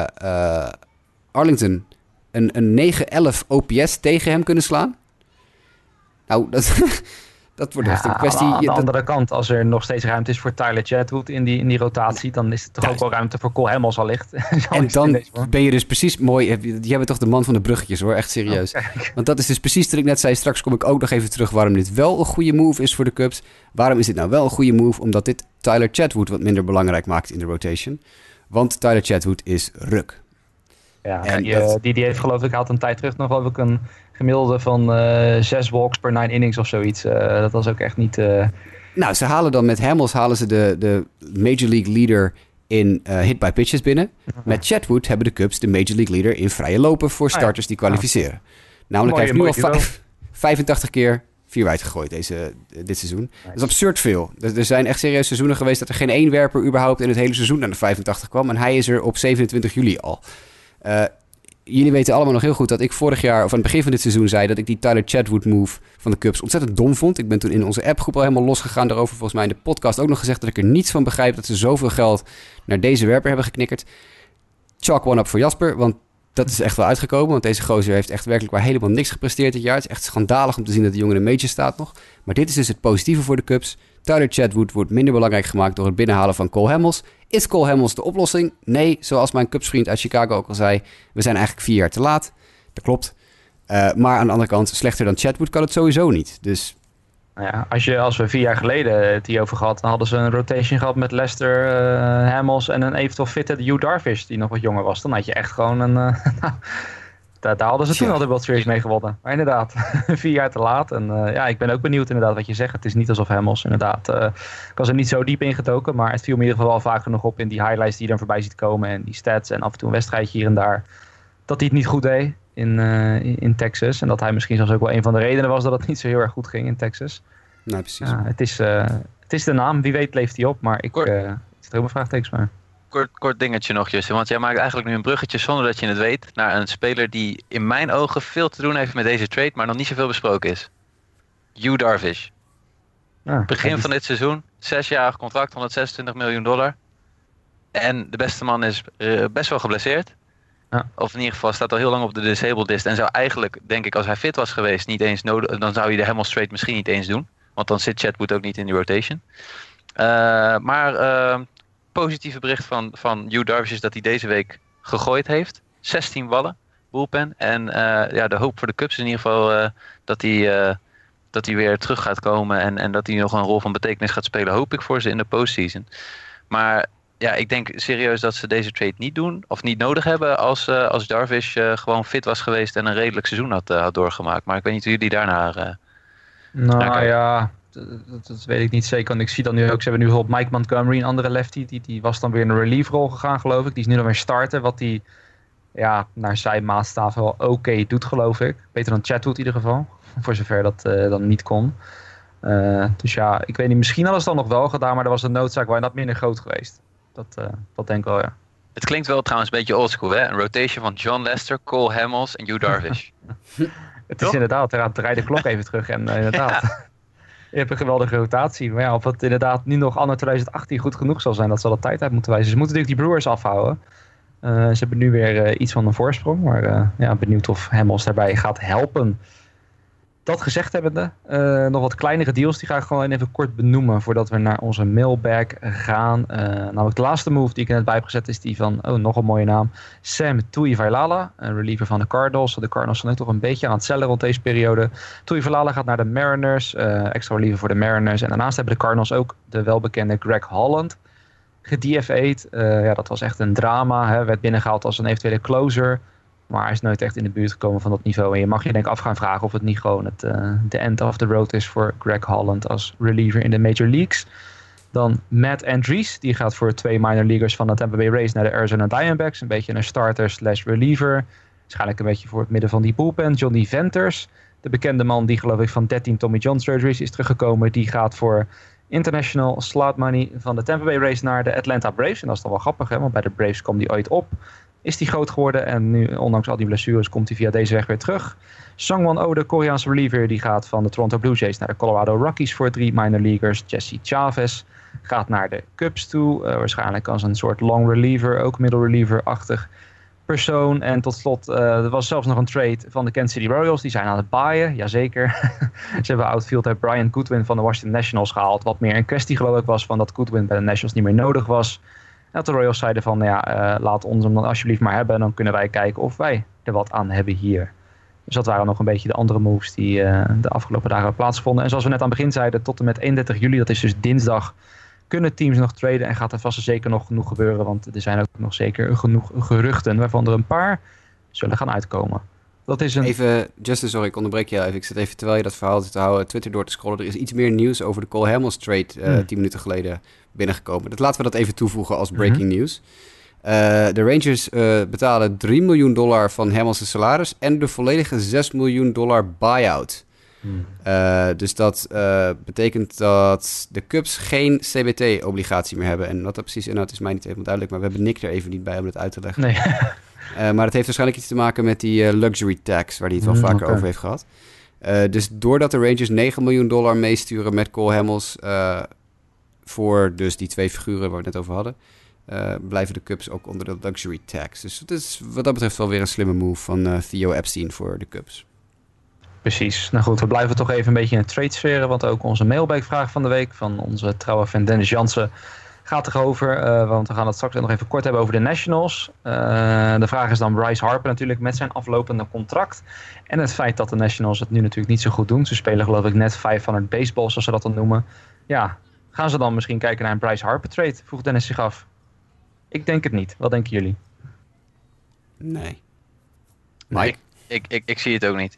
Speaker 4: Arlington een 9-11 OPS tegen hem kunnen slaan, nou, dat wordt echt een kwestie.
Speaker 3: Aan de andere kant, als er nog steeds ruimte is voor Tyler Chatwood in die rotatie, dan is er toch ook wel ruimte voor Cole Hamels allicht.
Speaker 4: En dan ben je dus precies mooi. Jij bent toch de man van de bruggetjes hoor, echt serieus. Want dat is dus precies wat ik net zei. Straks kom ik ook nog even terug waarom dit wel een goede move is voor de Cubs. Waarom is dit nou wel een goede move? Omdat dit Tyler Chatwood wat minder belangrijk maakt in de rotation. Want Tyler Chatwood is ruk.
Speaker 3: Ja, die heeft geloof ik, had een tijd terug nog geloof ik een gemiddelde van 6 walks per 9 innings of zoiets. Dat was ook echt niet...
Speaker 4: Nou, ze halen dan met Hamels de Major League leader in hit by pitches binnen. Met Chatwood hebben de Cubs de Major League leader in vrije lopen voor starters die kwalificeren. Namelijk hij heeft nu al 85 keer 4 wijd gegooid dit seizoen. Nice. Dat is absurd veel. Er zijn echt serieus seizoenen geweest dat er geen één werper überhaupt in het hele seizoen naar de 85 kwam. En hij is er op 27 juli al. Jullie weten allemaal nog heel goed dat ik vorig jaar, of aan het begin van dit seizoen, zei dat ik die Tyler Chatwood move van de Cubs ontzettend dom vond. Ik ben toen in onze appgroep al helemaal losgegaan daarover. Volgens mij in de podcast ook nog gezegd dat ik er niets van begrijp dat ze zoveel geld naar deze werper hebben geknikkerd. Chalk one up voor Jasper, want dat is echt wel uitgekomen. Want deze gozer heeft echt werkelijk waar helemaal niks gepresteerd dit jaar. Het is echt schandalig om te zien dat de jongen in de major staat nog. Maar dit is dus het positieve voor de Cubs. Tyler Chatwood wordt minder belangrijk gemaakt door het binnenhalen van Cole Hamels. Is Cole Hamels de oplossing? Nee, zoals mijn Cubs-vriend uit Chicago ook al zei. We zijn eigenlijk 4 jaar te laat. Dat klopt. Maar aan de andere kant, slechter dan Chatwood kan het sowieso niet. Dus...
Speaker 3: Nou ja, als we 4 jaar geleden het hierover gehad, dan hadden ze een rotation gehad met Lester, Hamels en een eventueel fitte Yu Darvish die nog wat jonger was. Dan had je echt gewoon een... Daar hadden ze toen al de World Series mee gewonnen. Maar inderdaad, 4 jaar te laat. En ik ben ook benieuwd inderdaad wat je zegt. Het is niet alsof Hamels inderdaad... ik was er niet zo diep in getoken. Maar het viel me in ieder geval wel vaak genoeg op in die highlights die je dan voorbij ziet komen. En die stats en af en toe een wedstrijdje hier en daar. Dat hij het niet goed deed in Texas. En dat hij misschien zelfs ook wel een van de redenen was dat het niet zo heel erg goed ging in Texas.
Speaker 4: Nee, precies.
Speaker 3: Ja, het is de naam. Wie weet leeft hij op. Maar ik zit er helemaal vraagtekens bij.
Speaker 5: Kort dingetje nog, Justin. Want jij maakt eigenlijk nu een bruggetje zonder dat je het weet naar een speler die in mijn ogen veel te doen heeft met deze trade, maar nog niet zoveel besproken is. Yu Darvish. Begin van dit seizoen, 6-jarig contract, $126 miljoen. En de beste man is best wel geblesseerd. Ja. Of in ieder geval staat al heel lang op de disabled list. En zou eigenlijk, denk ik, als hij fit was geweest, niet eens nodig, dan zou hij de Hamels trade misschien niet eens doen. Want dan zit Chatwood ook niet in die rotation. Positieve bericht van Yu Darvish is dat hij deze week gegooid heeft. 16 ballen, bullpen. En de hoop voor de Cubs is in ieder geval dat hij weer terug gaat komen. En dat hij nog een rol van betekenis gaat spelen, hoop ik voor ze in de postseason. Maar ja, ik denk serieus dat ze deze trade niet doen of niet nodig hebben als Darvish gewoon fit was geweest en een redelijk seizoen had doorgemaakt. Maar ik weet niet hoe jullie daarnaar
Speaker 3: ja... Dat weet ik niet zeker. Want ik zie dan nu ook, ze hebben nu bijvoorbeeld Mike Montgomery, een andere lefty. Die was dan weer in een relief rol gegaan, geloof ik. Die is nu dan weer starter. Wat die naar zijn maatstaven wel oké doet, geloof ik. Beter dan Chatwood in ieder geval. Voor zover dat dan niet kon. Dus ja, ik weet niet. Misschien hadden ze dan nog wel gedaan, maar er was een noodzaak waar dat minder groot geweest. Dat denk ik wel, ja.
Speaker 5: Het klinkt wel trouwens een beetje oldschool, hè? Een rotation van John Lester, Cole Hamels en Yu Darvish.
Speaker 3: Het is inderdaad, draai de klok even terug en inderdaad... Ja. Je hebt een geweldige rotatie. Maar ja, of het inderdaad nu nog anno 2018 goed genoeg zal zijn, dat zal de tijd uit moeten wijzen. Ze moeten natuurlijk die Brewers afhouden. Ze hebben nu weer iets van een voorsprong. Maar benieuwd of Hamels daarbij gaat helpen. Dat gezegd hebbende, nog wat kleinere deals. Die ga ik gewoon even kort benoemen voordat we naar onze mailbag gaan. Namelijk de laatste move die ik er net bij heb gezet is die van, nog een mooie naam, Sam Tuivailala, een reliever van de Cardinals. De Cardinals zijn ook toch een beetje aan het cellen rond deze periode. Tuivailala gaat naar de Mariners, extra reliever voor de Mariners. En daarnaast hebben de Cardinals ook de welbekende Greg Holland gedFA'd. Dat was echt een drama. Hè. Werd binnengehaald als een eventuele closer. Maar hij is nooit echt in de buurt gekomen van dat niveau. En je mag je denk ik af gaan vragen of het niet gewoon de end of the road is voor Greg Holland als reliever in de Major Leagues. Dan Matt Andriese, die gaat voor 2 minor leaguers van de Tampa Bay Rays naar de Arizona Diamondbacks. Een beetje een starter/reliever. Waarschijnlijk een beetje voor het midden van die bullpen. Johnny Venters, de bekende man die geloof ik van 13 Tommy John surgeries is teruggekomen. Die gaat voor international slot money van de Tampa Bay Rays naar de Atlanta Braves. En dat is dan wel grappig, hè, want bij de Braves kwam die ooit op. Is die groot geworden en nu, ondanks al die blessures, komt hij via deze weg weer terug. Sangwon Oh, de Koreaanse reliever, die gaat van de Toronto Blue Jays naar de Colorado Rockies voor 3 minor leaguers. Jesse Chavez gaat naar de Cubs toe, waarschijnlijk als een soort long reliever, ook middle reliever-achtig persoon. En tot slot, er was zelfs nog een trade van de Kansas City Royals. Die zijn aan het baaien, jazeker. Ze hebben outfielder Brian Goodwin van de Washington Nationals gehaald. Wat meer een kwestie geloof ik was van dat Goodwin bij de Nationals niet meer nodig was. En dat de Royals zeiden van, laat ons hem dan alsjeblieft maar hebben. En dan kunnen wij kijken of wij er wat aan hebben hier. Dus dat waren nog een beetje de andere moves die de afgelopen dagen hebben plaatsgevonden. En zoals we net aan het begin zeiden, tot en met 31 juli, dat is dus dinsdag, kunnen teams nog traden en gaat er vast en zeker nog genoeg gebeuren. Want er zijn ook nog zeker genoeg geruchten, waarvan er een paar zullen gaan uitkomen. Dat is een...
Speaker 4: Even, Justin, sorry, ik onderbreek je even. Ik zit even, terwijl je dat verhaal zit te houden, Twitter door te scrollen. Er is iets meer nieuws over de Cole Hamels trade 10 minuten geleden binnengekomen. Laten we dat even toevoegen als breaking news. De Rangers betalen $3 miljoen van Hamels' salaris en de volledige $6 miljoen buyout. Dus dat betekent dat de Cubs geen CBT-obligatie meer hebben. En wat dat precies inhoudt is mij niet helemaal duidelijk, maar we hebben Nick er even niet bij om het uit te leggen.
Speaker 3: Nee.
Speaker 4: Maar het heeft waarschijnlijk iets te maken met die luxury tax, waar hij het wel vaker over heeft gehad. Dus doordat de Rangers $9 miljoen meesturen met Cole Hamels voor dus die 2 figuren waar we het net over hadden, blijven de Cubs ook onder de luxury tax. Dus het is wat dat betreft wel weer een slimme move van Theo Epstein voor de Cubs.
Speaker 3: Precies. Nou goed, we blijven toch even een beetje in de trade-sferen, want ook onze mailbag-vraag van de week van onze trouwe fan Dennis Jansen gaat erover. Want we gaan het straks nog even kort hebben over de Nationals. De vraag is dan Bryce Harper natuurlijk met zijn aflopende contract. En het feit dat de Nationals het nu natuurlijk niet zo goed doen. Ze spelen geloof ik net 500 baseball, zoals ze dat dan noemen. Ja, gaan ze dan misschien kijken naar een Bryce Harper trade? Vroeg Dennis zich af. Ik denk het niet. Wat denken jullie?
Speaker 4: Nee. Mike?
Speaker 5: Ik zie het ook niet.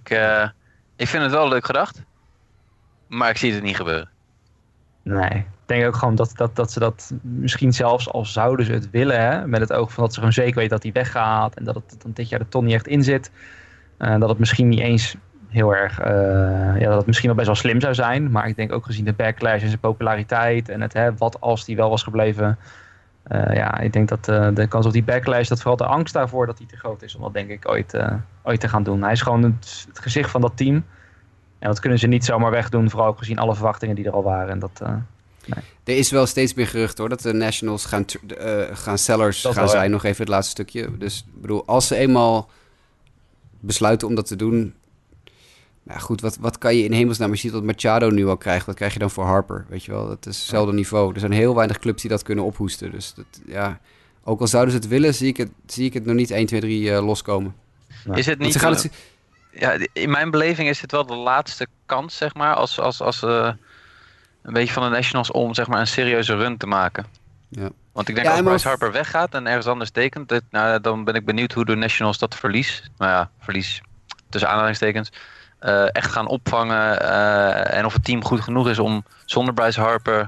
Speaker 5: Ik vind het wel leuk gedacht. Maar ik zie het niet gebeuren.
Speaker 3: Nee. Ik denk ook gewoon dat ze dat misschien zelfs al zouden ze het willen. Hè, met het oog van dat ze gewoon zeker weten dat hij weggaat. En dat het dan dit jaar er toch niet echt in zit. Dat het misschien niet eens heel erg... dat het misschien wel best wel slim zou zijn. Maar ik denk ook gezien de backlash en zijn populariteit. En het wat als die wel was gebleven... ik denk dat de kans op die backlash, dat vooral de angst daarvoor dat hij te groot is om dat denk ik ooit te gaan doen. Hij is gewoon het gezicht van dat team. En dat kunnen ze niet zomaar wegdoen, vooral ook gezien alle verwachtingen die er al waren. En dat, nee.
Speaker 4: Er is wel steeds meer gerucht hoor, dat de Nationals gaan sellers
Speaker 3: dat
Speaker 4: gaan
Speaker 3: wel,
Speaker 4: zijn.
Speaker 3: ja.
Speaker 4: Nog even het laatste stukje. Dus ik bedoel, als ze eenmaal besluiten om dat te doen... Nou goed, wat kan je in hemelsnaam... Als je ziet wat Machado nu al krijgt, wat krijg je dan voor Harper? Weet je wel, dat is hetzelfde niveau. Er zijn heel weinig clubs die dat kunnen ophoesten. Dus dat, ja, ook al zouden ze het willen, zie ik het nog niet 1, 2, 3 loskomen.
Speaker 3: Nee.
Speaker 5: Is het niet... Ja, in mijn beleving is dit wel de laatste kans, zeg maar, als een beetje van de Nationals om zeg maar een serieuze run te maken.
Speaker 4: Ja.
Speaker 5: Want ik denk
Speaker 4: Ja,
Speaker 5: als
Speaker 4: maar
Speaker 5: Bryce Harper weggaat en ergens anders tekent, dan ben ik benieuwd hoe de Nationals dat verlies tussen aanhalingstekens, echt gaan opvangen en of het team goed genoeg is om zonder Bryce Harper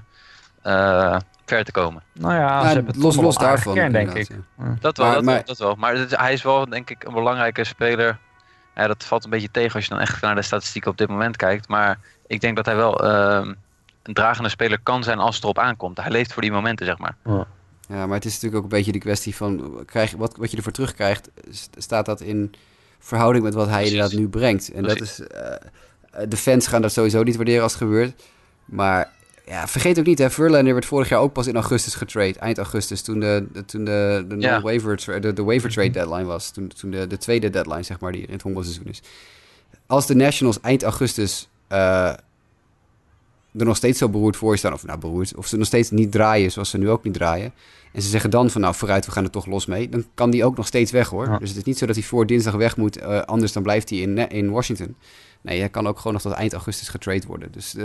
Speaker 5: ver te komen.
Speaker 3: Nou ja, ze hebben het toch
Speaker 4: los
Speaker 3: wel een aardige
Speaker 4: daarvan.
Speaker 3: kern, denk ik.
Speaker 4: Ja.
Speaker 5: Dat wel,
Speaker 4: Maar-
Speaker 5: dat wel. Maar hij is wel denk ik een belangrijke speler. Ja, dat valt een beetje tegen als je dan echt naar de statistieken op dit moment kijkt. Maar ik denk dat hij wel een dragende speler kan zijn als het erop aankomt. Hij leeft voor die momenten, zeg maar.
Speaker 4: Ja, maar het is natuurlijk ook een beetje de kwestie van... wat je ervoor terugkrijgt, staat dat in verhouding met wat hij inderdaad nu brengt. En dat is... de fans gaan dat sowieso niet waarderen als het gebeurt. Maar ja, vergeet ook niet, hè, Verlander werd vorig jaar ook pas in augustus getrade. Eind augustus, toen de waiver trade deadline was. Toen de tweede deadline, zeg maar, die in het honkbalseizoen is. als de Nationals eind augustus er nog steeds zo beroerd voor staan, of ze nog steeds niet draaien zoals ze nu ook niet draaien, en ze zeggen dan van nou vooruit, we gaan er toch los mee, dan kan die ook nog steeds weg hoor. Ja. Dus het is niet zo dat hij voor dinsdag weg moet, anders dan blijft hij in Washington. Nee, hij kan ook gewoon nog tot eind augustus getrade worden. Dus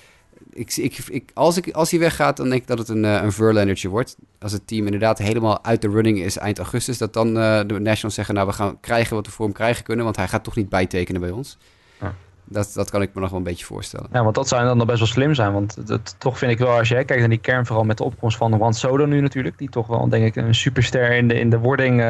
Speaker 4: als hij weggaat, dan denk ik dat het een Verlandertje wordt. Als het team inderdaad helemaal uit de running is eind augustus, dat dan de Nationals zeggen, nou we gaan krijgen wat we voor hem krijgen kunnen, want hij gaat toch niet bijtekenen bij ons. Ja. Dat kan ik me nog wel een beetje voorstellen.
Speaker 3: Ja, want dat zou dan nog best wel slim zijn. Want toch vind ik wel, als je kijkt naar die kern, vooral met de opkomst van Juan Soto nu natuurlijk, die toch wel, denk ik, een superster in de wording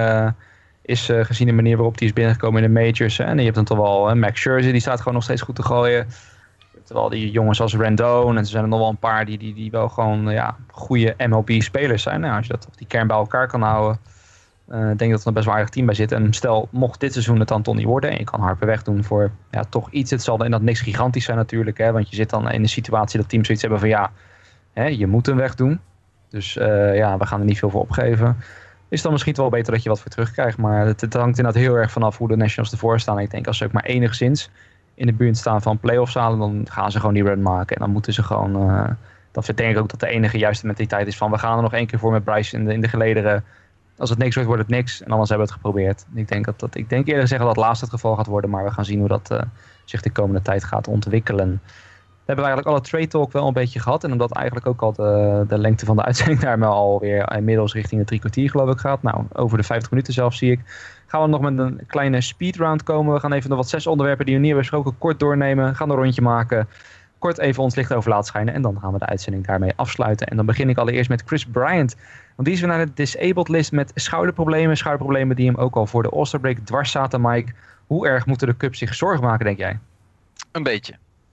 Speaker 3: is, gezien de manier waarop die is binnengekomen in de majors. En je hebt dan toch wel Max Scherzer, die staat gewoon nog steeds goed te gooien. Terwijl die jongens als Rendon, en er zijn er nog wel een paar die wel gewoon goede MLB-spelers zijn. Nou, als je die kern bij elkaar kan houden, denk ik dat er een best wel aardig team bij zit. En stel, mocht dit seizoen het dan toch niet worden, en je kan Harper wegdoen voor toch iets. Het zal inderdaad niks gigantisch zijn natuurlijk, hè, want je zit dan in de situatie dat teams zoiets hebben van je moet hem wegdoen. Dus we gaan er niet veel voor opgeven. Is dan misschien wel beter dat je wat voor terugkrijgt. Maar het hangt inderdaad heel erg vanaf hoe de Nationals ervoor staan. En ik denk als ze ook maar enigszins in de buurt staan van playoffs halen, dan gaan ze gewoon die run maken. En dan moeten ze gewoon, dat denk ik ook dat de enige juiste mentaliteit is van we gaan er nog 1 keer voor met Bryce in de gelederen. Als het niks wordt, wordt het niks. En anders hebben we het geprobeerd. Ik denk eerder zeggen dat het laatst het geval gaat worden. Maar we gaan zien hoe dat zich de komende tijd gaat ontwikkelen. We hebben eigenlijk alle trade talk wel een beetje gehad. En omdat eigenlijk ook al de lengte van de uitzending daarmee alweer inmiddels richting de 3 kwartier geloof ik gaat. Nou, over de 50 minuten zelf zie ik. Gaan we nog met een kleine speedround komen. We gaan even nog wat 6 onderwerpen die we niet hebben besproken kort doornemen. Gaan een rondje maken. Kort even ons licht over laten schijnen. En dan gaan we de uitzending daarmee afsluiten. En dan begin ik allereerst met Chris Bryant. Want die is weer naar de disabled list met schouderproblemen. Schouderproblemen die hem ook al voor de All-Star break dwars zaten, Mike. Hoe erg moeten de Cubs zich zorgen maken, denk jij?
Speaker 5: Een beetje.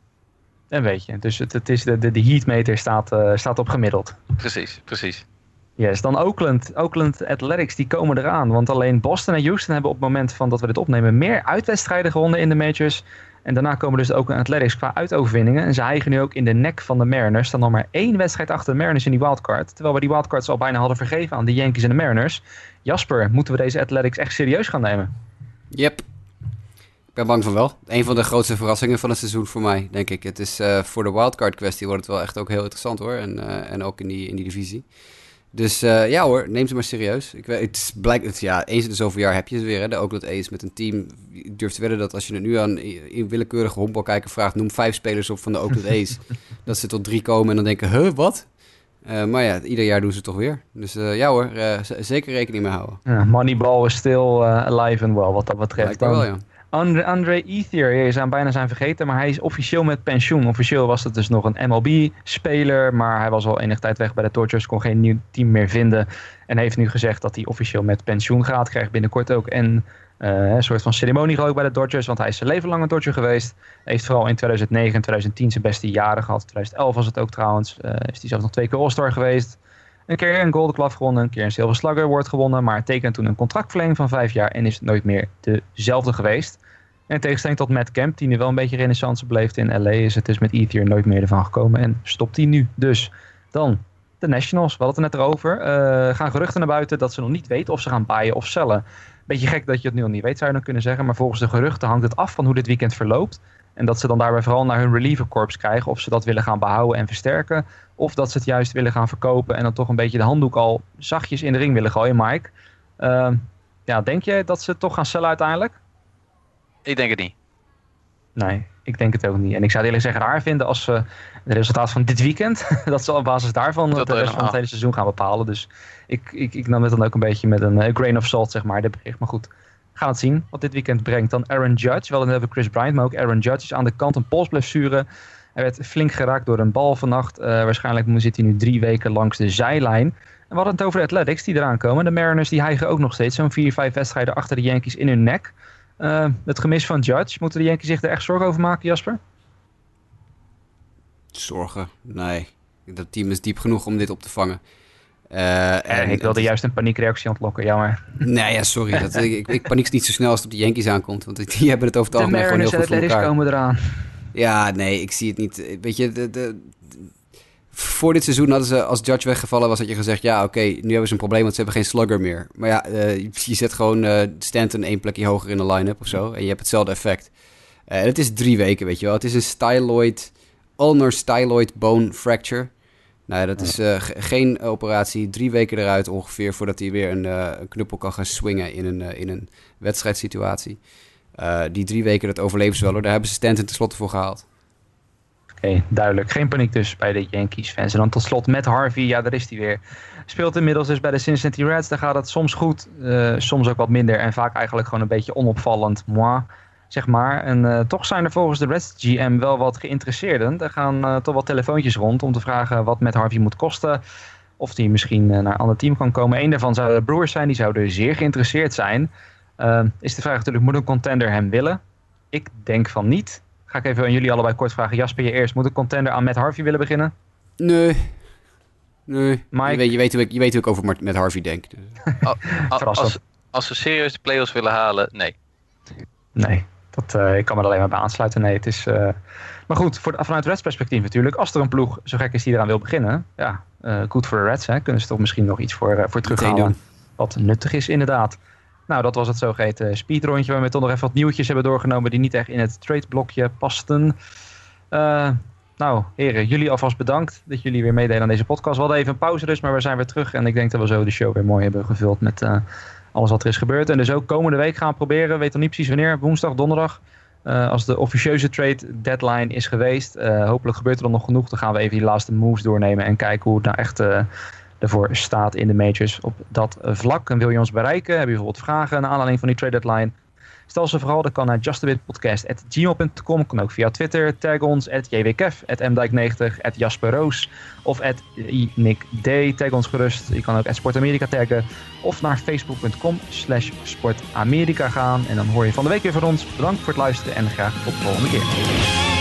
Speaker 3: Een beetje. Dus het is de heatmeter staat op gemiddeld.
Speaker 5: Precies.
Speaker 3: Yes, dan Oakland Athletics, die komen eraan. Want alleen Boston en Houston hebben op het moment van dat we dit opnemen meer uitwedstrijden gewonnen in de majors. En daarna komen dus de Oakland Athletics qua uitoverwinningen. En ze hijgen nu ook in de nek van de Mariners. Staan nog maar 1 wedstrijd achter de Mariners in die wildcard. Terwijl we die wildcards al bijna hadden vergeven aan de Yankees en de Mariners. Jasper, moeten we deze Athletics echt serieus gaan nemen?
Speaker 4: Yep. Ik ben bang van wel. Een van de grootste verrassingen van het seizoen voor mij, denk ik. Het is voor de wildcard kwestie wordt het wel echt ook heel interessant hoor. En ook in die divisie. Dus ja hoor, neem ze maar serieus. Het blijkt, eens in de zoveel jaar heb je het weer. Hè? De Oakland A's met een team. Ik durf te wedden dat als je het nu aan in willekeurige honkbalkijker vraagt, noem 5 spelers op van de Oakland A's. Dat ze tot 3 komen en dan denken, wat? Maar ja, ieder jaar doen ze het toch weer. Dus ja hoor, zeker rekening mee houden.
Speaker 3: Ja, Moneyball is still alive and well wat dat betreft.
Speaker 4: Wel, ja.
Speaker 3: André Ethier, je zou hem bijna zijn vergeten, maar hij is officieel met pensioen. Officieel was het dus nog een MLB-speler, maar hij was al enige tijd weg bij de Dodgers, kon geen nieuw team meer vinden. En heeft nu gezegd dat hij officieel met pensioen gaat. Krijgt binnenkort ook een soort van ceremonie geloof ik bij de Dodgers, want hij is zijn leven lang een Dodger geweest. Heeft vooral in 2009 en 2010 zijn beste jaren gehad. 2011 was het ook trouwens. Is hij zelfs nog 2 keer All-Star geweest. Een keer een Golden Glove gewonnen, een keer een Silver Slugger Award gewonnen, maar tekende toen een contractverlenging van 5 jaar en is nooit meer dezelfde geweest. En in tegenstelling tot Matt Kemp, die nu wel een beetje renaissance beleeft in LA, is het dus met Ethier nooit meer ervan gekomen en stopt hij nu. Dus dan de Nationals, we hadden het er net over, gaan geruchten naar buiten dat ze nog niet weten of ze gaan buyen of sellen. Beetje gek dat je het nu al niet weet, zou je dan kunnen zeggen, maar volgens de geruchten hangt het af van hoe dit weekend verloopt. En dat ze dan daarbij vooral naar hun reliever corps krijgen, of ze dat willen gaan behouden en versterken, of dat ze het juist willen gaan verkopen en dan toch een beetje de handdoek al zachtjes in de ring willen gooien. Mike, denk je dat ze het toch gaan cellen uiteindelijk?
Speaker 5: Ik denk het niet.
Speaker 3: Nee, ik denk het ook niet. En ik zou het eerlijk zeggen raar vinden als ze het resultaat van dit weekend, dat ze op basis daarvan de rest van het hele seizoen gaan bepalen. Dus ik nam het dan ook een beetje met een grain of salt, zeg maar, dit bericht. Maar goed, we gaan het zien wat dit weekend brengt. Dan Aaron Judge, wel dan hebben we Chris Bryant, maar ook Aaron Judge is aan de kant een polsblessure. Hij werd flink geraakt door een bal vannacht. Waarschijnlijk zit hij nu 3 weken langs de zijlijn. En we hadden het over de Athletics die eraan komen. De Mariners die hijgen ook nog steeds zo'n 4-5 wedstrijden achter de Yankees in hun nek. Het gemis van Judge, moeten de Yankees zich er echt zorgen over maken, Jasper?
Speaker 4: Zorgen? Nee. Dat team is diep genoeg om dit op te vangen.
Speaker 3: Ik wilde juist een paniekreactie ontlokken, jammer.
Speaker 4: Nee, ja, sorry. Ik paniek niet zo snel als het op de Yankees aankomt. Want die hebben het over het algemeen gewoon heel goed voor elkaar.
Speaker 3: De Mariners komen eraan.
Speaker 4: Ja, nee, ik zie het niet. Weet je, voor dit seizoen hadden ze, als Judge weggevallen was, had je gezegd, ja, oké, nu hebben ze een probleem, want ze hebben geen slugger meer. Maar ja, je zet gewoon Stanton 1 plekje hoger in de line-up of zo en je hebt hetzelfde effect. Het is 3 weken, weet je wel. Het is een ulnar styloid bone fracture. Nou, dat is geen operatie. 3 weken eruit ongeveer voordat hij weer een knuppel kan gaan swingen in een wedstrijdsituatie. Die 3 weken, dat overleven ze wel hoor. Daar hebben ze Stanton tenslotte voor gehaald.
Speaker 3: Oké, duidelijk. Geen paniek dus bij de Yankees-fans. En dan tot slot Matt Harvey. Ja, daar is hij weer. Speelt inmiddels dus bij de Cincinnati Reds. Daar gaat het soms goed, soms ook wat minder. En vaak eigenlijk gewoon een beetje onopvallend. Zeg maar. En toch zijn er volgens de Reds GM wel wat geïnteresseerden. Er gaan toch wat telefoontjes rond om te vragen wat Matt Harvey moet kosten. Of hij misschien naar een ander team kan komen. Eén daarvan zou de Brewers zijn. Die zouden zeer geïnteresseerd zijn. Is de vraag natuurlijk, moet een contender hem willen? Ik denk van niet. Ga ik even aan jullie allebei kort vragen. Jasper, je eerst. Moet een contender aan Matt Harvey willen beginnen?
Speaker 4: Nee.
Speaker 3: Mike?
Speaker 4: Je weet hoe ik over Matt Harvey denk. Dus.
Speaker 5: Als ze serieus de play-offs willen halen, nee.
Speaker 3: Nee, ik kan me er alleen maar bij aansluiten. Nee, het is... Maar goed, vanuit Reds perspectief natuurlijk. Als er een ploeg zo gek is die eraan wil beginnen. Ja, goed voor de Reds. Hè, kunnen ze toch misschien nog iets voor terughalen. Wat nuttig is inderdaad. Nou, dat was het zogeheten speedrondje. Waar we toch nog even wat nieuwtjes hebben doorgenomen. Die niet echt in het trade-blokje pasten. Nou, heren, jullie alvast bedankt dat jullie weer meededen aan deze podcast. We hadden even een pauze dus, maar we zijn weer terug. En ik denk dat we zo de show weer mooi hebben gevuld met alles wat er is gebeurd. En dus ook komende week gaan we proberen, we weten nog niet precies wanneer, woensdag, donderdag. Als de officieuze trade deadline is geweest. Hopelijk gebeurt er dan nog genoeg. Dan gaan we even die laatste moves doornemen en kijken hoe het nou echt ervoor staat in de majors op dat vlak. En wil je ons bereiken? Heb je bijvoorbeeld vragen naar aanleiding van die trade deadline? Stel ze vooral, dat kan naar justabitpodcast@gmail.com. Kan ook via Twitter. Tag ons @jwkev, @mdijk90, @jasperroos of @nickd. Tag ons gerust. Je kan ook @sportamerika taggen. Of naar facebook.com/sportamerika gaan. En dan hoor je van de week weer van ons. Bedankt voor het luisteren en graag tot de volgende keer.